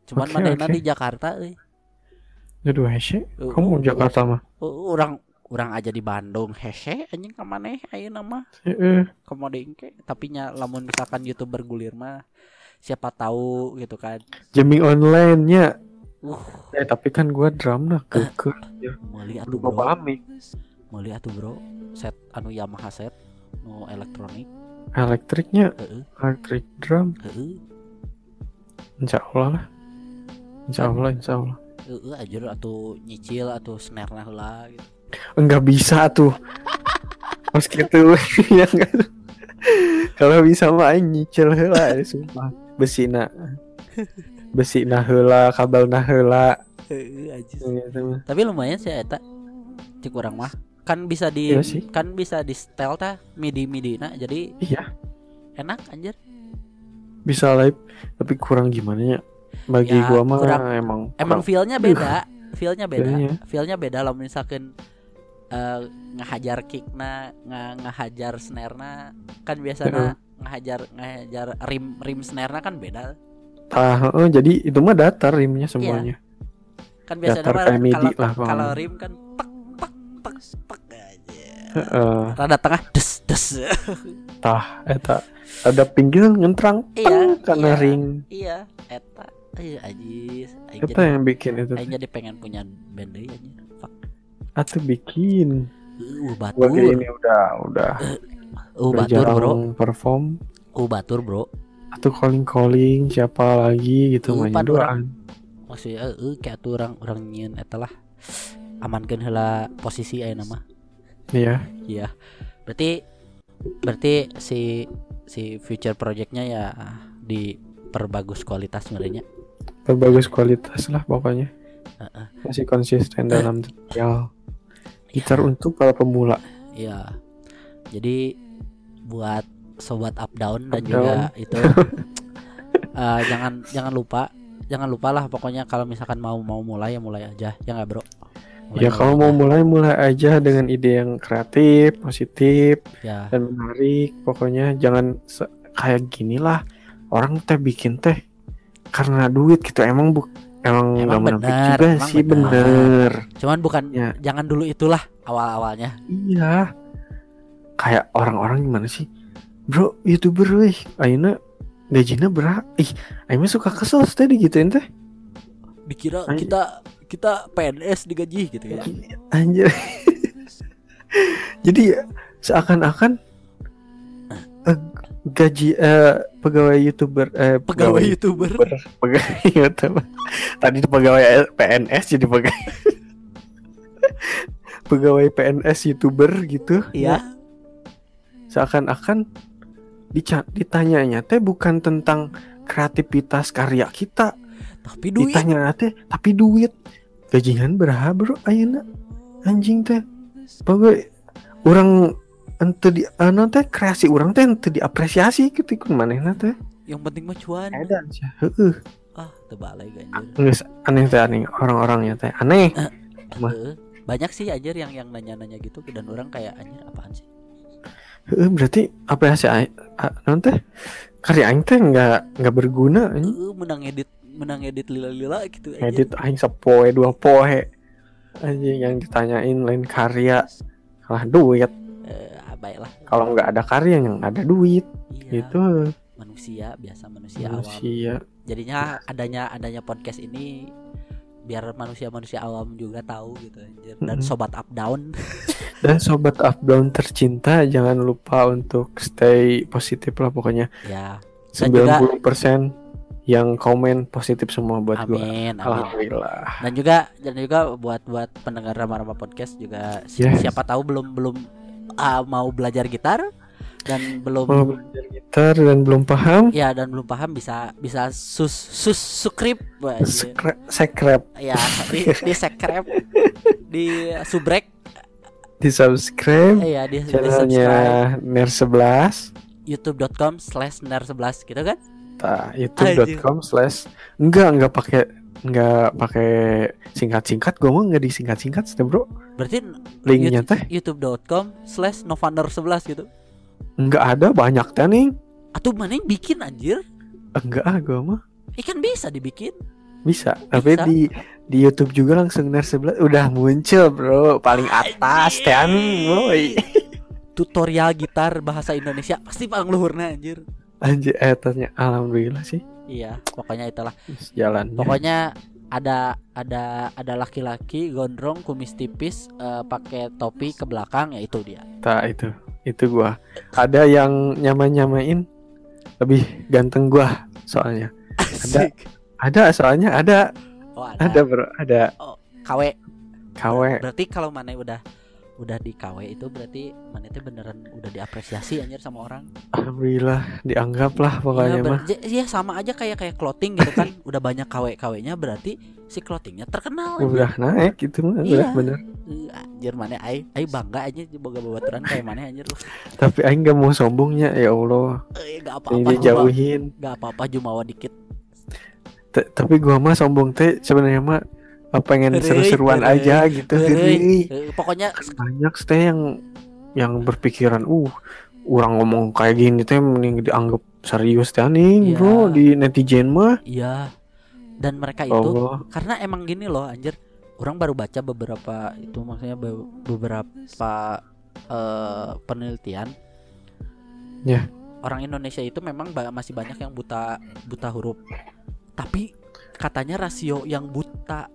Speaker 2: Cuman
Speaker 3: Oke,
Speaker 2: manehna
Speaker 3: oke.
Speaker 2: di Jakarta euy.
Speaker 3: Aduh hese. Kamu Jakarta mah.
Speaker 2: Urang aja di Bandung hese anjing ka maneh ayeuna mah.
Speaker 3: Heeh.
Speaker 2: Komoding ke tapi nya lamun misalkan YouTuber gulir mah siapa tahu gitu kan.
Speaker 3: Jamming online nya.
Speaker 2: Uh,
Speaker 3: Tapi kan gua drum nah keke.
Speaker 2: meuli atuh
Speaker 3: Lupa
Speaker 2: bro.
Speaker 3: pahami.
Speaker 2: Meuli atuh bro. Set anu Yamaha set nu elektronik.
Speaker 3: Elektriknya,
Speaker 2: Heeh,
Speaker 3: elektrik drum.
Speaker 2: heeh.
Speaker 3: Insya Allah lah. Insya Allah.
Speaker 2: Heeh anjir atuh nyicil atuh snare-na heula gitu.
Speaker 3: Enggak bisa tuh. Pas gitu ya enggak. Kalau bisa mah aing nyicil heula sumpah. Besina heula, kabelna heula.
Speaker 2: Heeh anjir.
Speaker 3: Gitu mah.
Speaker 2: Tapi lumayan sih eta. Cik urang mah kan bisa di
Speaker 3: Iya sih.
Speaker 2: kan bisa di setel tah midi-midina jadi
Speaker 3: Iya,
Speaker 2: enak anjir.
Speaker 3: bisa live tapi kurang gimana ya? Bagi
Speaker 2: Ya,
Speaker 3: gua mah
Speaker 2: kurang.
Speaker 3: emang
Speaker 2: Feel-nya beda. Feel-nya
Speaker 3: Feelnya.
Speaker 2: beda. Feel-nya beda lah misalkan ngehajar kickna, ngehajar snare-na kan biasanya ngehajar rim snare-na kan beda.
Speaker 3: jadi itu mah datar rimnya semuanya.
Speaker 2: Kan biasanya
Speaker 3: Datar
Speaker 2: mah
Speaker 3: kayak MIDI lah
Speaker 2: kalau
Speaker 3: pokoknya.
Speaker 2: rim kan tek tek tek tek aja.
Speaker 3: Heeh.
Speaker 2: Rada tengah des des.
Speaker 3: Tah eta ada pinggir ngentrang
Speaker 2: Iya,
Speaker 3: karena
Speaker 2: iya.
Speaker 3: ring.
Speaker 2: Iya, eta. Ayo ajis.
Speaker 3: Eta yang bikin itu.
Speaker 2: Aing jadi pengen punya band deui anjir. Fuck.
Speaker 3: Atuh bikin. Gua
Speaker 2: Batur.
Speaker 3: kayak ini udah
Speaker 2: Batur,
Speaker 3: jarang
Speaker 2: bro.
Speaker 3: perform.
Speaker 2: Batur, bro.
Speaker 3: Atau calling siapa lagi gitu mah
Speaker 2: Pan
Speaker 3: doaan.
Speaker 2: Maksudnya kayak tuh orang nyieun eta lah. Amankeun heula posisi ayeuna mah.
Speaker 3: Iya.
Speaker 2: Iya. Berarti si future projectnya ya diperbagus kualitas sebenarnya.
Speaker 3: Berbagus kualitas lah pokoknya.
Speaker 2: Heeh.
Speaker 3: Masih konsisten dalam tutorial. Gitar untuk para pemula.
Speaker 2: Iya. Jadi buat sobat up down dan
Speaker 3: Up
Speaker 2: juga itu jangan lupa lah pokoknya kalau misalkan mau mulai ya mulai aja ya nggak bro.
Speaker 3: Ya kalau mau mulai aja dengan ide yang kreatif, positif,
Speaker 2: ya
Speaker 3: dan menarik. Pokoknya jangan kayak gini lah. Orang teh bikin teh karena duit gitu. Emang nggak menepik juga
Speaker 2: emang
Speaker 3: sih bener.
Speaker 2: Cuman bukan
Speaker 3: Ya.
Speaker 2: jangan dulu itulah awalnya.
Speaker 3: Iya. Kayak orang-orang gimana sih? Bro, YouTuber weh. Ayeuna gajinya berapa? Aing mah suka kesel tadi gituin teh.
Speaker 2: Dikira kita PNS digaji gitu ya.
Speaker 3: Anjir. Jadi seakan-akan gaji pegawai YouTuber
Speaker 2: Pegawai YouTuber.
Speaker 3: pegawai YouTuber. Tadi itu pegawai PNS jadi pegawai PNS YouTuber gitu.
Speaker 2: Iya.
Speaker 3: Seakan-akan ditanyanya teh bukan tentang kreativitas karya kita,
Speaker 2: Tapi duit.
Speaker 3: ditanya teh tapi duit. Gajian berapa bro ayeuna? Anjing teh. Pegawai orang ente di teh kreasi orang teh ente diapresiasi gitu ikut manehna teh.
Speaker 2: Yang penting mah cuan.
Speaker 3: Edan sih. Heeh.
Speaker 2: Tebalai ganjir.
Speaker 3: Geus aneh teh orang-orangnya teh aneh.
Speaker 2: Banyak sih anjir yang nanya-nanya gitu dan orang kayak anjir apaan sih?
Speaker 3: Berarti apresiasi non teh karya aing teh enggak berguna anjing.
Speaker 2: Menang edit lila-lila gitu aja.
Speaker 3: Edit aing sapoe 2 poe. Anjing yang ditanyain lain karya kalah duit.
Speaker 2: Baiklah.
Speaker 3: Kalau nggak ada karya yang ada duit.
Speaker 2: Iya.
Speaker 3: Itu
Speaker 2: Manusia awam.
Speaker 3: manusia.
Speaker 2: Jadinya adanya podcast ini biar manusia awam juga tahu gitu anjir. Dan sobat up down.
Speaker 3: Dan sobat up down tercinta jangan lupa untuk stay positif lah pokoknya.
Speaker 2: Ya.
Speaker 3: 90% yang komen positif semua buat gua.
Speaker 2: Amin.
Speaker 3: Alhamdulillah.
Speaker 2: Dan juga buat pendengar Rama-Rama podcast juga
Speaker 3: Yes.
Speaker 2: siapa tahu belum mau belajar gitar dan belum
Speaker 3: Mau belajar gitar dan belum paham,
Speaker 2: dan belum paham bisa subscribe
Speaker 3: subscribe,
Speaker 2: ya di subscribe di subrek
Speaker 3: di subscribe
Speaker 2: di
Speaker 3: channelnya
Speaker 2: subscribe
Speaker 3: Ner11,
Speaker 2: youtube.com/ner11 gitu kan.
Speaker 3: youtube.com/ enggak pakai singkat-singkat. Gue mah nggak disingkat-singkat sih bro.
Speaker 2: Berarti
Speaker 3: linknya teh
Speaker 2: youtube.com/novaner11 gitu.
Speaker 3: Enggak ada, banyak teh nih.
Speaker 2: Atau mana yang bikin anjir?
Speaker 3: Enggak gue mah.
Speaker 2: Kan bisa dibikin.
Speaker 3: Bisa. Tapi di YouTube juga langsung Nerd 11 udah muncul, bro. Paling atas teh boy.
Speaker 2: Tutorial gitar bahasa Indonesia pasti paling luhurna anjir.
Speaker 3: Anjir, atasnya alhamdulillah sih.
Speaker 2: Iya, pokoknya itulah.
Speaker 3: Jalan.
Speaker 2: Pokoknya ada laki-laki gondrong kumis tipis pakai topi ke belakang, ya itu dia.
Speaker 3: Itu gua. Ada yang nyamain lebih ganteng gua soalnya. Ada soalnya ada.
Speaker 2: Oh,
Speaker 3: ada bro, ada.
Speaker 2: Oh, KW. Berarti kalau mana udah di KW itu berarti mana itu beneran udah diapresiasi anjir sama orang.
Speaker 3: Alhamdulillah dianggap lah pokoknya mah.
Speaker 2: Iya sama aja kayak clothing gitu kan. Udah banyak KW-KW-nya berarti si clothingnya terkenal.
Speaker 3: Udah naik gitu mah, udah bener.
Speaker 2: Anjir mana ai bangga aja boga babaturan kayak mana anjir.
Speaker 3: Tapi aing enggak mau sombongnya ya Allah.
Speaker 2: Enggak apa-apa.
Speaker 3: Ini jauhin.
Speaker 2: Enggak apa-apa jumawa dikit.
Speaker 3: Tapi gua mah sombong teh sebenarnya mah pengen seru-seruan aja gitu.
Speaker 2: Pokoknya
Speaker 3: banyak teh yang berpikiran orang ngomong kayak gini teh mending dianggap serius teh nih bro di netizen mah.
Speaker 2: Iya. Dan mereka itu karena emang gini loh anjir. Orang baru baca beberapa itu maksudnya beberapa penelitian.
Speaker 3: Ya.
Speaker 2: Orang Indonesia itu memang masih banyak yang buta huruf. Tapi katanya rasio yang buta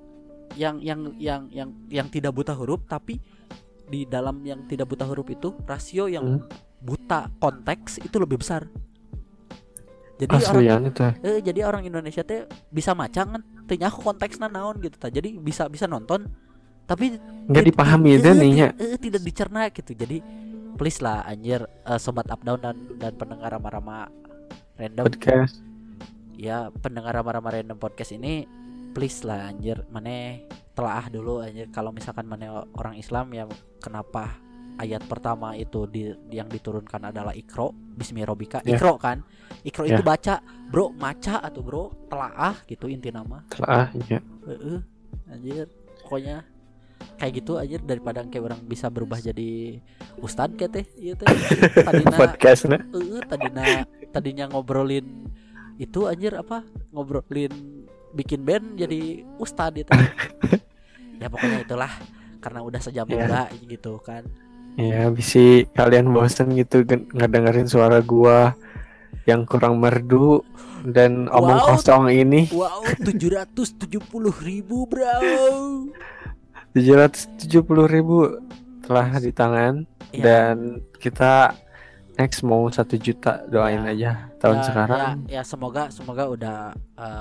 Speaker 2: yang tidak buta huruf, tapi di dalam yang tidak buta huruf itu rasio yang buta konteks itu lebih besar. Jadi jadi orang Indonesia teh bisa maca kan teu nyaho konteksna naon gitu ta. Jadi bisa nonton tapi
Speaker 3: enggak dipahami dan
Speaker 2: tidak dicerna gitu. Jadi please lah anjir sobat up down dan pendengar rama-rama random
Speaker 3: podcast.
Speaker 2: Ya pendengar rama-rama random podcast ini please lah anjir maneh telaah dulu anjir kalau misalkan maneh orang Islam ya kenapa ayat pertama itu yang diturunkan adalah Iqra bismirobika. Iqra kan. Iqra itu baca, bro, maca atau bro, telaah gitu inti nama.
Speaker 3: Telaah ya.
Speaker 2: Anjir. Pokoknya kayak gitu anjir daripada kayak orang bisa berubah jadi ustad kayak teh. Ieu teh tadina
Speaker 3: podcastna.
Speaker 2: Tadinya ngobrolin itu anjir apa? Ngobrolin bikin band jadi ustad gitu. Ya pokoknya itulah karena udah sejam juga gitu kan.
Speaker 3: Ya bisa kalian bosen gitu ngedengerin suara gua yang kurang merdu dan omong kosong ini.
Speaker 2: Wow 770.000 bro.
Speaker 3: 770.000 telah di tangan dan kita next mau 1 juta doain aja tahun sekarang.
Speaker 2: Ya semoga udah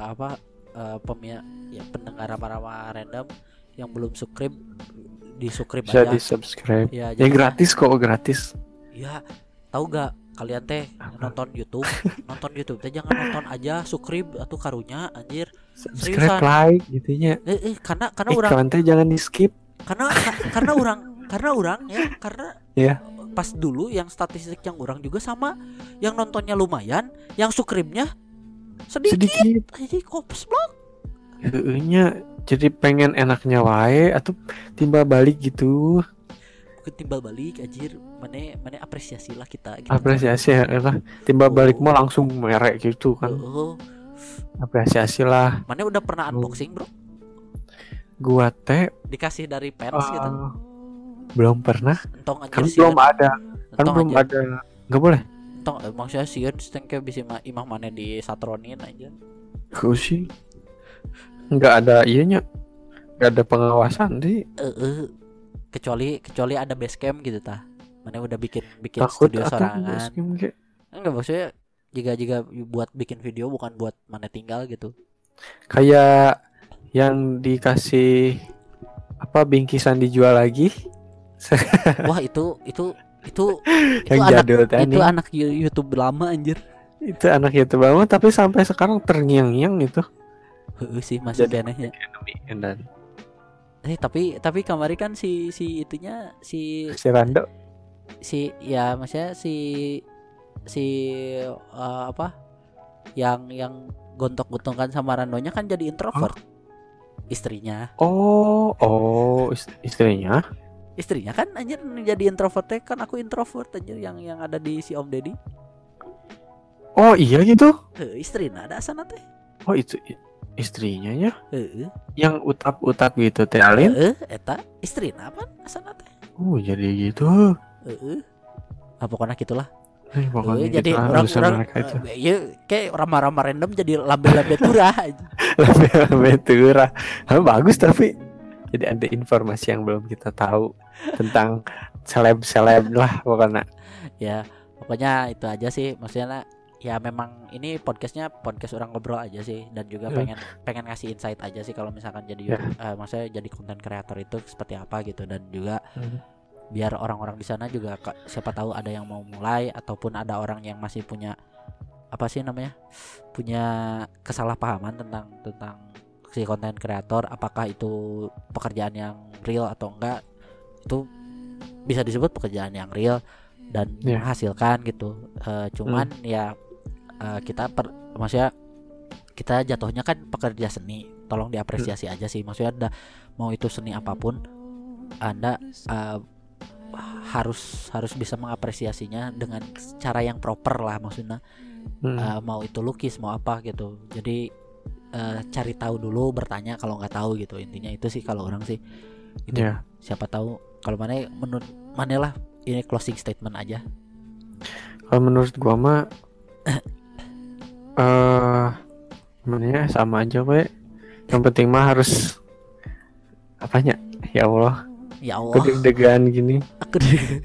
Speaker 2: pendengar rama-rama random yang belum subscribe di-subscribe
Speaker 3: bisa
Speaker 2: aja.
Speaker 3: Di subscribe.
Speaker 2: Ya
Speaker 3: gratis kok, gratis.
Speaker 2: Ya, tahu gak kalian teh nonton YouTube teh jangan nonton aja subscribe atau karunya anjir.
Speaker 3: Subscribe like gitunya.
Speaker 2: Karena orang
Speaker 3: iklan teh jangan di-skip.
Speaker 2: Karena orang ya pas dulu yang statistik yang orang juga sama yang nontonnya lumayan, yang subscribe-nya sedikit. Jadi kopslok.
Speaker 3: Heeh, jadi pengen enaknya wae atau timbal balik gitu.
Speaker 2: Bukan timbal balik anjir, mana apresiasi lah kita gitu.
Speaker 3: Apresiasi lah. Timbal balik mau langsung merek gitu kan. Apresiasi lah.
Speaker 2: Mana udah pernah unboxing, Bro?
Speaker 3: Gua teh
Speaker 2: dikasih dari fans gitu.
Speaker 3: Belum pernah.
Speaker 2: Entong
Speaker 3: kan belum ada. Kan belum ada. Enggak boleh.
Speaker 2: Entong maksudnya sieun stengke bisa imah mana di satronin aja.
Speaker 3: Kau sih nggak ada ianya, nggak ada pengawasan sih.
Speaker 2: Kecuali ada base camp gitu tah. Mana udah bikin
Speaker 3: takut
Speaker 2: studio sorangan.
Speaker 3: Enggak
Speaker 2: maksudnya jika buat bikin video bukan buat mana tinggal gitu.
Speaker 3: Kayak yang dikasih bingkisan dijual lagi.
Speaker 2: Wah itu
Speaker 3: yang
Speaker 2: anak
Speaker 3: jadul tadi.
Speaker 2: Itu anak YouTube lama anjir.
Speaker 3: Itu anak YouTube lama tapi sampai sekarang terngiang-ngiang itu.
Speaker 2: Sih masih anehnya. Tapi kemarin kan si itunya si
Speaker 3: Rando.
Speaker 2: Maksudnya yang gontok-gontokan sama Randonya kan jadi introvert. Istrinya.
Speaker 3: Istrinya.
Speaker 2: Istrinya kan anjir jadi introvert kan aku introvert anjir yang ada di si Om Deddy.
Speaker 3: Oh iya gitu.
Speaker 2: Istrinya ada sana teh.
Speaker 3: Oh itu istrinya ya,
Speaker 2: Heeh.
Speaker 3: yang utap-utap gitu teh Alin.
Speaker 2: Eta istrina apa asana teh?
Speaker 3: Oh jadi gitu.
Speaker 2: Heeh. Pokoknya gitulah.
Speaker 3: Pokoknya
Speaker 2: Jadi
Speaker 3: gitu lah urusan
Speaker 2: orang-orang
Speaker 3: mereka itu.
Speaker 2: ya kayak rama-rama random jadi lambe-lambe turah.
Speaker 3: Lebih turah. Bagus tapi jadi ada informasi yang belum kita tahu tentang seleb-seleb lah pokoknya.
Speaker 2: Ya, pokoknya itu aja sih. Maksudnya ya memang ini podcast orang ngobrol aja sih, dan juga pengen ngasih insight aja sih kalau misalkan jadi maksudnya jadi konten kreator itu seperti apa gitu, dan juga biar orang-orang di sana juga siapa tahu ada yang mau mulai ataupun ada orang yang masih punya apa sih namanya, punya kesalahpahaman tentang si konten kreator, apakah itu pekerjaan yang real atau enggak. Itu bisa disebut pekerjaan yang real dan menghasilkan gitu. Cuman ya maksudnya kita jatuhnya kan pekerja seni, tolong diapresiasi aja sih. Maksudnya mau itu seni apapun, Anda harus bisa mengapresiasinya dengan cara yang proper lah maksudnya. Mau itu lukis mau apa gitu, jadi cari tahu dulu, bertanya kalau nggak tahu gitu, intinya itu sih kalau orang sih itu. Siapa tahu kalau menurut mana lah, ini closing statement aja.
Speaker 3: Kalau menurut gua mah sebenarnya sama aja we, yang penting mah harus apanya ya Allah deg-degan gini.
Speaker 2: Aku deg-degan.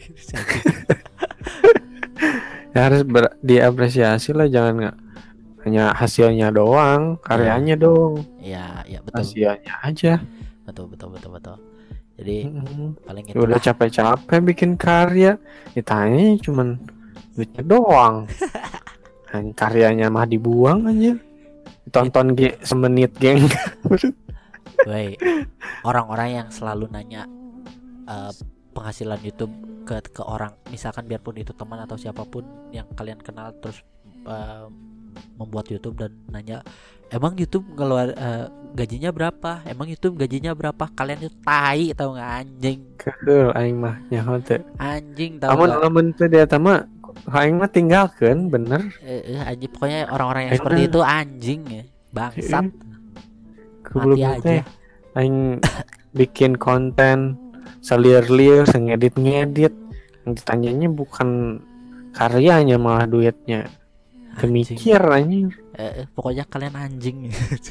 Speaker 3: Ya harus diapresiasi lah, jangan nggak hanya hasilnya doang, karyanya dong.
Speaker 2: Ya betul.
Speaker 3: Hasilnya aja.
Speaker 2: Betul. Jadi paling itu
Speaker 3: udah capek-capek bikin karya, ditanya cuman duitnya doang. Karyanya mah dibuang aja. Tonton semenit geng.
Speaker 2: Woi, orang-orang yang selalu nanya penghasilan YouTube ke orang, misalkan biarpun itu teman atau siapapun yang kalian kenal, terus membuat YouTube dan nanya, emang YouTube ngeluar gajinya berapa? Emang YouTube gajinya berapa? Kalian itu tai tau nggak, anjing.
Speaker 3: Kedul aing mah nyaho teh.
Speaker 2: Anjing tau nggak?
Speaker 3: Lamun teh dia mah aing mah tinggalkeun bener.
Speaker 2: Anjing, pokoknya orang-orang yang seperti itu anjing ya, bangsat.
Speaker 3: Mati aja. Aing bikin konten selir-lir, ngedit-ngedit, yang ditanyanya bukan karyanya malah duitnya. Kemikir anjing.
Speaker 2: Pokoknya kalian anjing.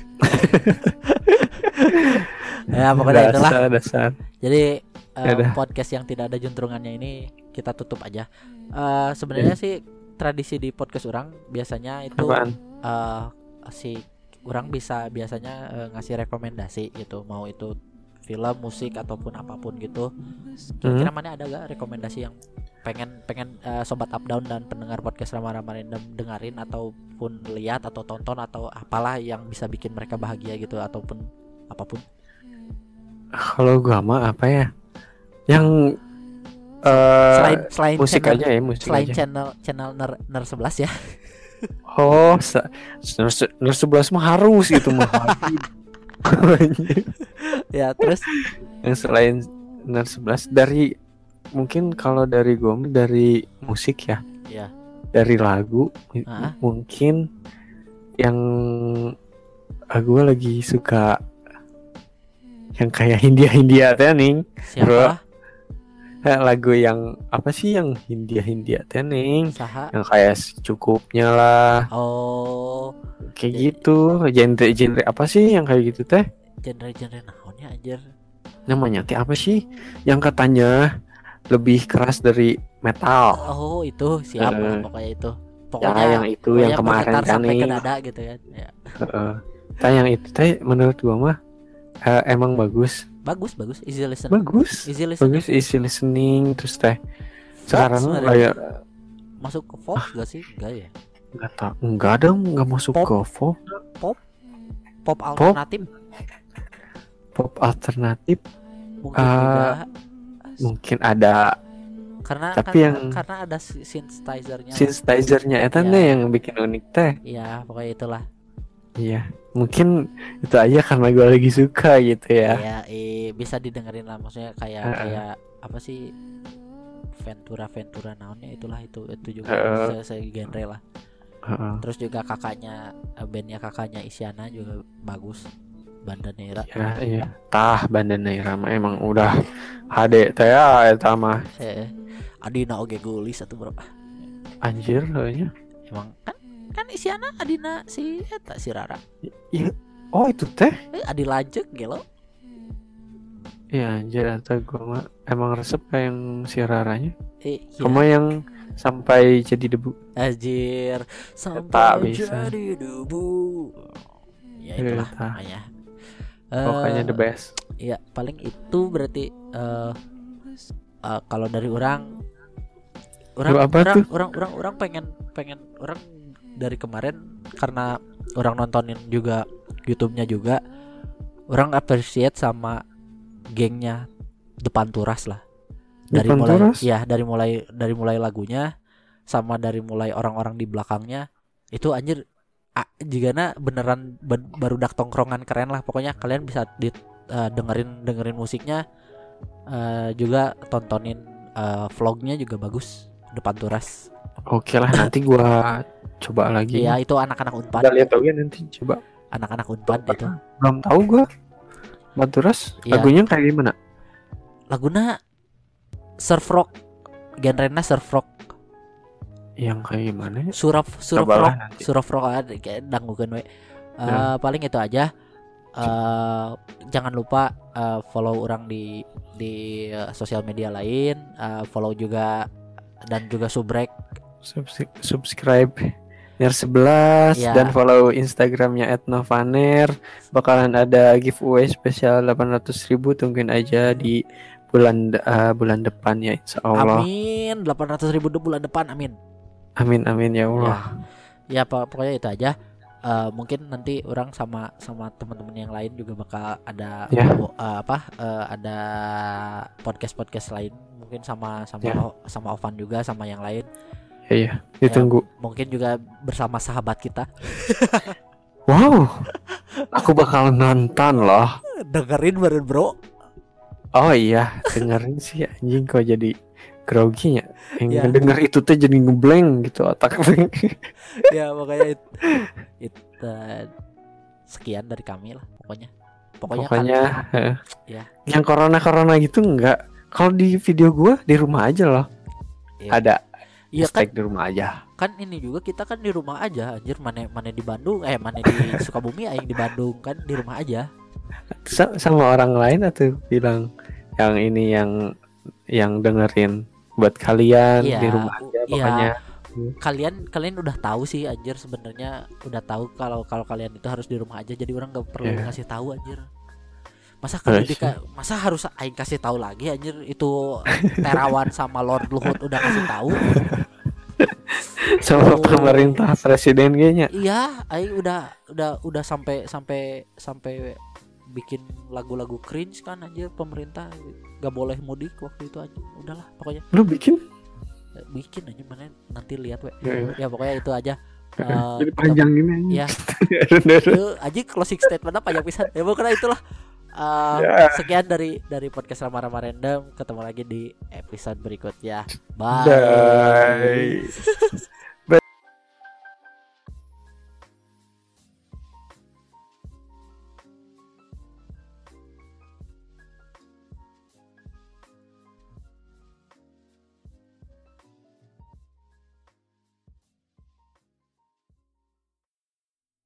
Speaker 2: Ya pokoknya itulah
Speaker 3: dasar.
Speaker 2: Jadi podcast yang tidak ada juntrungannya ini kita tutup aja. Sebenarnya sih tradisi di podcast orang biasanya itu si orang biasanya ngasih rekomendasi gitu, mau itu film, musik ataupun apapun gitu. Kira-kira mana ada gak rekomendasi yang pengen sobat up down dan pendengar podcast Rama-Rama Random dengerin ataupun lihat atau tonton atau apalah yang bisa bikin mereka bahagia gitu, ataupun apapun?
Speaker 3: Kalau gua mah apa ya, yang selain musik channel, aja ya, musik
Speaker 2: selain
Speaker 3: aja.
Speaker 2: channel Ner 11 ya.
Speaker 3: Oh, Ner 11 mah harus itu mah.
Speaker 2: Ya terus
Speaker 3: yang selain Ner 11 dari, mungkin kalau dari gue dari musik ya, dari lagu mungkin yang gue lagi suka yang kayak Hindia tening.
Speaker 2: Siapa?
Speaker 3: Lagu yang apa sih yang Hindia tening? Yang kayak Cukupnya lah.
Speaker 2: Oh,
Speaker 3: kayak gitu. Genre apa sih yang kayak gitu teh?
Speaker 2: Genre naonnya anjir?
Speaker 3: Namanya teh apa sih? Yang katanya lebih keras dari metal.
Speaker 2: Oh, itu siapa? Pokoknya itu.
Speaker 3: Pokoknya yang itu yang kemarin kan
Speaker 2: sampai ke dada gitu kan. Ya.
Speaker 3: Yang itu teh menurut gua mah emang bagus.
Speaker 2: Bagus, easy listening.
Speaker 3: Easy listening terus teh. Sekarang kayak
Speaker 2: masuk ke folk gak sih? Enggak ya?
Speaker 3: Enggak tahu. Enggak dong, enggak masuk ke folk.
Speaker 2: Pop alternatif.
Speaker 3: Pop alternatif.
Speaker 2: Mungkin juga.
Speaker 3: Mungkin ada. Karena ada synthesizer-nya. Synthesizer-nya eta yang bikin unik teh.
Speaker 2: Iya, pokoknya itulah.
Speaker 3: Iya, mungkin itu aja karena gue lagi suka gitu ya.
Speaker 2: Iya, bisa didengerin lah, maksudnya kayak apa sih, Ventura naonnya itulah itu juga genre lah.
Speaker 3: Heeh.
Speaker 2: Terus juga kakaknya bandnya kakaknya Isyana juga bagus. Bandanera.
Speaker 3: Ya, iya. Tah Bandanera mah emang udah HD teh ya eta mah.
Speaker 2: Adina oge gulis atuh bro.
Speaker 3: Anjir kayaknya.
Speaker 2: Emang kan Isyana Adina si eta si Rara.
Speaker 3: Iya. Oh itu teh.
Speaker 2: Adi lanjut gelo.
Speaker 3: Iya anjir eta gua mah emang resep kayak yang si Raranya.
Speaker 2: Iya.
Speaker 3: Kamu yang sampai jadi debu.
Speaker 2: Anjir
Speaker 3: Tak
Speaker 2: sampai
Speaker 3: bisa.
Speaker 2: jadi debu. Ya itulah
Speaker 3: Eta.
Speaker 2: makanya.
Speaker 3: Pokoknya the best.
Speaker 2: Iya paling itu berarti kalau dari orang pengen orang dari kemarin karena orang nontonin juga YouTube-nya juga orang appreciate sama gengnya Depan Turas lah. Dari
Speaker 3: Depan
Speaker 2: mulai
Speaker 3: Turas?
Speaker 2: ya dari mulai lagunya sama dari mulai orang-orang di belakangnya itu anjir jigana beneran baru dak tongkrongan keren lah. Pokoknya kalian bisa dengerin musiknya, juga tontonin vlognya juga bagus Depan Turas.
Speaker 3: Oke lah nanti gua coba lagi.
Speaker 2: Iya itu anak-anak Unpad.
Speaker 3: Udah lihat aja nanti coba.
Speaker 2: Anak-anak Unpad itu.
Speaker 3: Belum tahu gua. Banturas
Speaker 2: Iya.
Speaker 3: lagunya kayak gimana?
Speaker 2: Laguna surf rock, genrenya surf rock.
Speaker 3: Yang kayak gimana ya?
Speaker 2: Surf
Speaker 3: Cobalah
Speaker 2: rock,
Speaker 3: nanti.
Speaker 2: surf rock kayak danggukeun we.
Speaker 3: Ya.
Speaker 2: Paling itu aja. Jangan lupa follow orang di sosial media lain, follow juga dan juga subrek.
Speaker 3: Subscribe Ner 11
Speaker 2: Ya.
Speaker 3: dan follow Instagramnya @novaner. Bakalan ada giveaway spesial 800.000, tungguin aja di bulan depan ya insya Allah.
Speaker 2: Amin. 800.000 di bulan depan, amin.
Speaker 3: Amin ya Allah.
Speaker 2: Ya pokoknya itu aja. Mungkin nanti orang sama teman-teman yang lain juga bakal ada
Speaker 3: Ya.
Speaker 2: ada podcast lain mungkin sama
Speaker 3: Ya.
Speaker 2: sama Ovan juga sama yang lain.
Speaker 3: Iya, ditunggu.
Speaker 2: Mungkin juga bersama sahabat kita.
Speaker 3: Wow, aku bakal nonton loh.
Speaker 2: Dengerin bareng bro.
Speaker 3: Oh iya, dengerin sih anjing kok jadi grogi ya. Yang
Speaker 2: Ya.
Speaker 3: denger itu tuh jadi ngeblank gitu otak.
Speaker 2: Ya makanya sekian dari kami lah pokoknya.
Speaker 3: Pokoknya
Speaker 2: Ya.
Speaker 3: yang corona gitu enggak. Kalau di video gua di rumah aja loh.
Speaker 2: Iya.
Speaker 3: Ada
Speaker 2: Iya kan,
Speaker 3: hashtag di rumah aja.
Speaker 2: kan ini juga kita kan di rumah aja anjir, mana di Bandung mana di Sukabumi aing di Bandung kan di rumah aja.
Speaker 3: Sama orang lain atau bilang yang ini yang dengerin buat kalian
Speaker 2: Iya,
Speaker 3: di rumah aja
Speaker 2: iya.
Speaker 3: pokoknya.
Speaker 2: Kalian udah tahu sih anjir, sebenarnya udah tahu kalau kalian itu harus di rumah aja, jadi orang nggak perlu
Speaker 3: Iya.
Speaker 2: ngasih tahu anjir. Masa masa harus aing kasih tahu lagi anjir, itu Terawan sama Lord Luhut udah kasih tahu.
Speaker 3: Sama
Speaker 2: Oh.
Speaker 3: pemerintah presiden kayaknya.
Speaker 2: Iya, aing udah sampai bikin lagu-lagu cringe kan anjir, pemerintah gak boleh mudik waktu itu aja. Udahlah pokoknya
Speaker 3: Lu bikin?
Speaker 2: bikin aja, mana nanti lihat we.
Speaker 3: Ya.
Speaker 2: Ya pokoknya itu aja.
Speaker 3: Jadi panjang gini
Speaker 2: Ya.
Speaker 3: aja.
Speaker 2: Itu aja closing statement apa panjang pisan. Ya pokoknya itulah.
Speaker 3: Ya.
Speaker 2: Sekian dari podcast Rama-Rama Random. Ketemu lagi di episode berikutnya. Bye.
Speaker 3: Bye.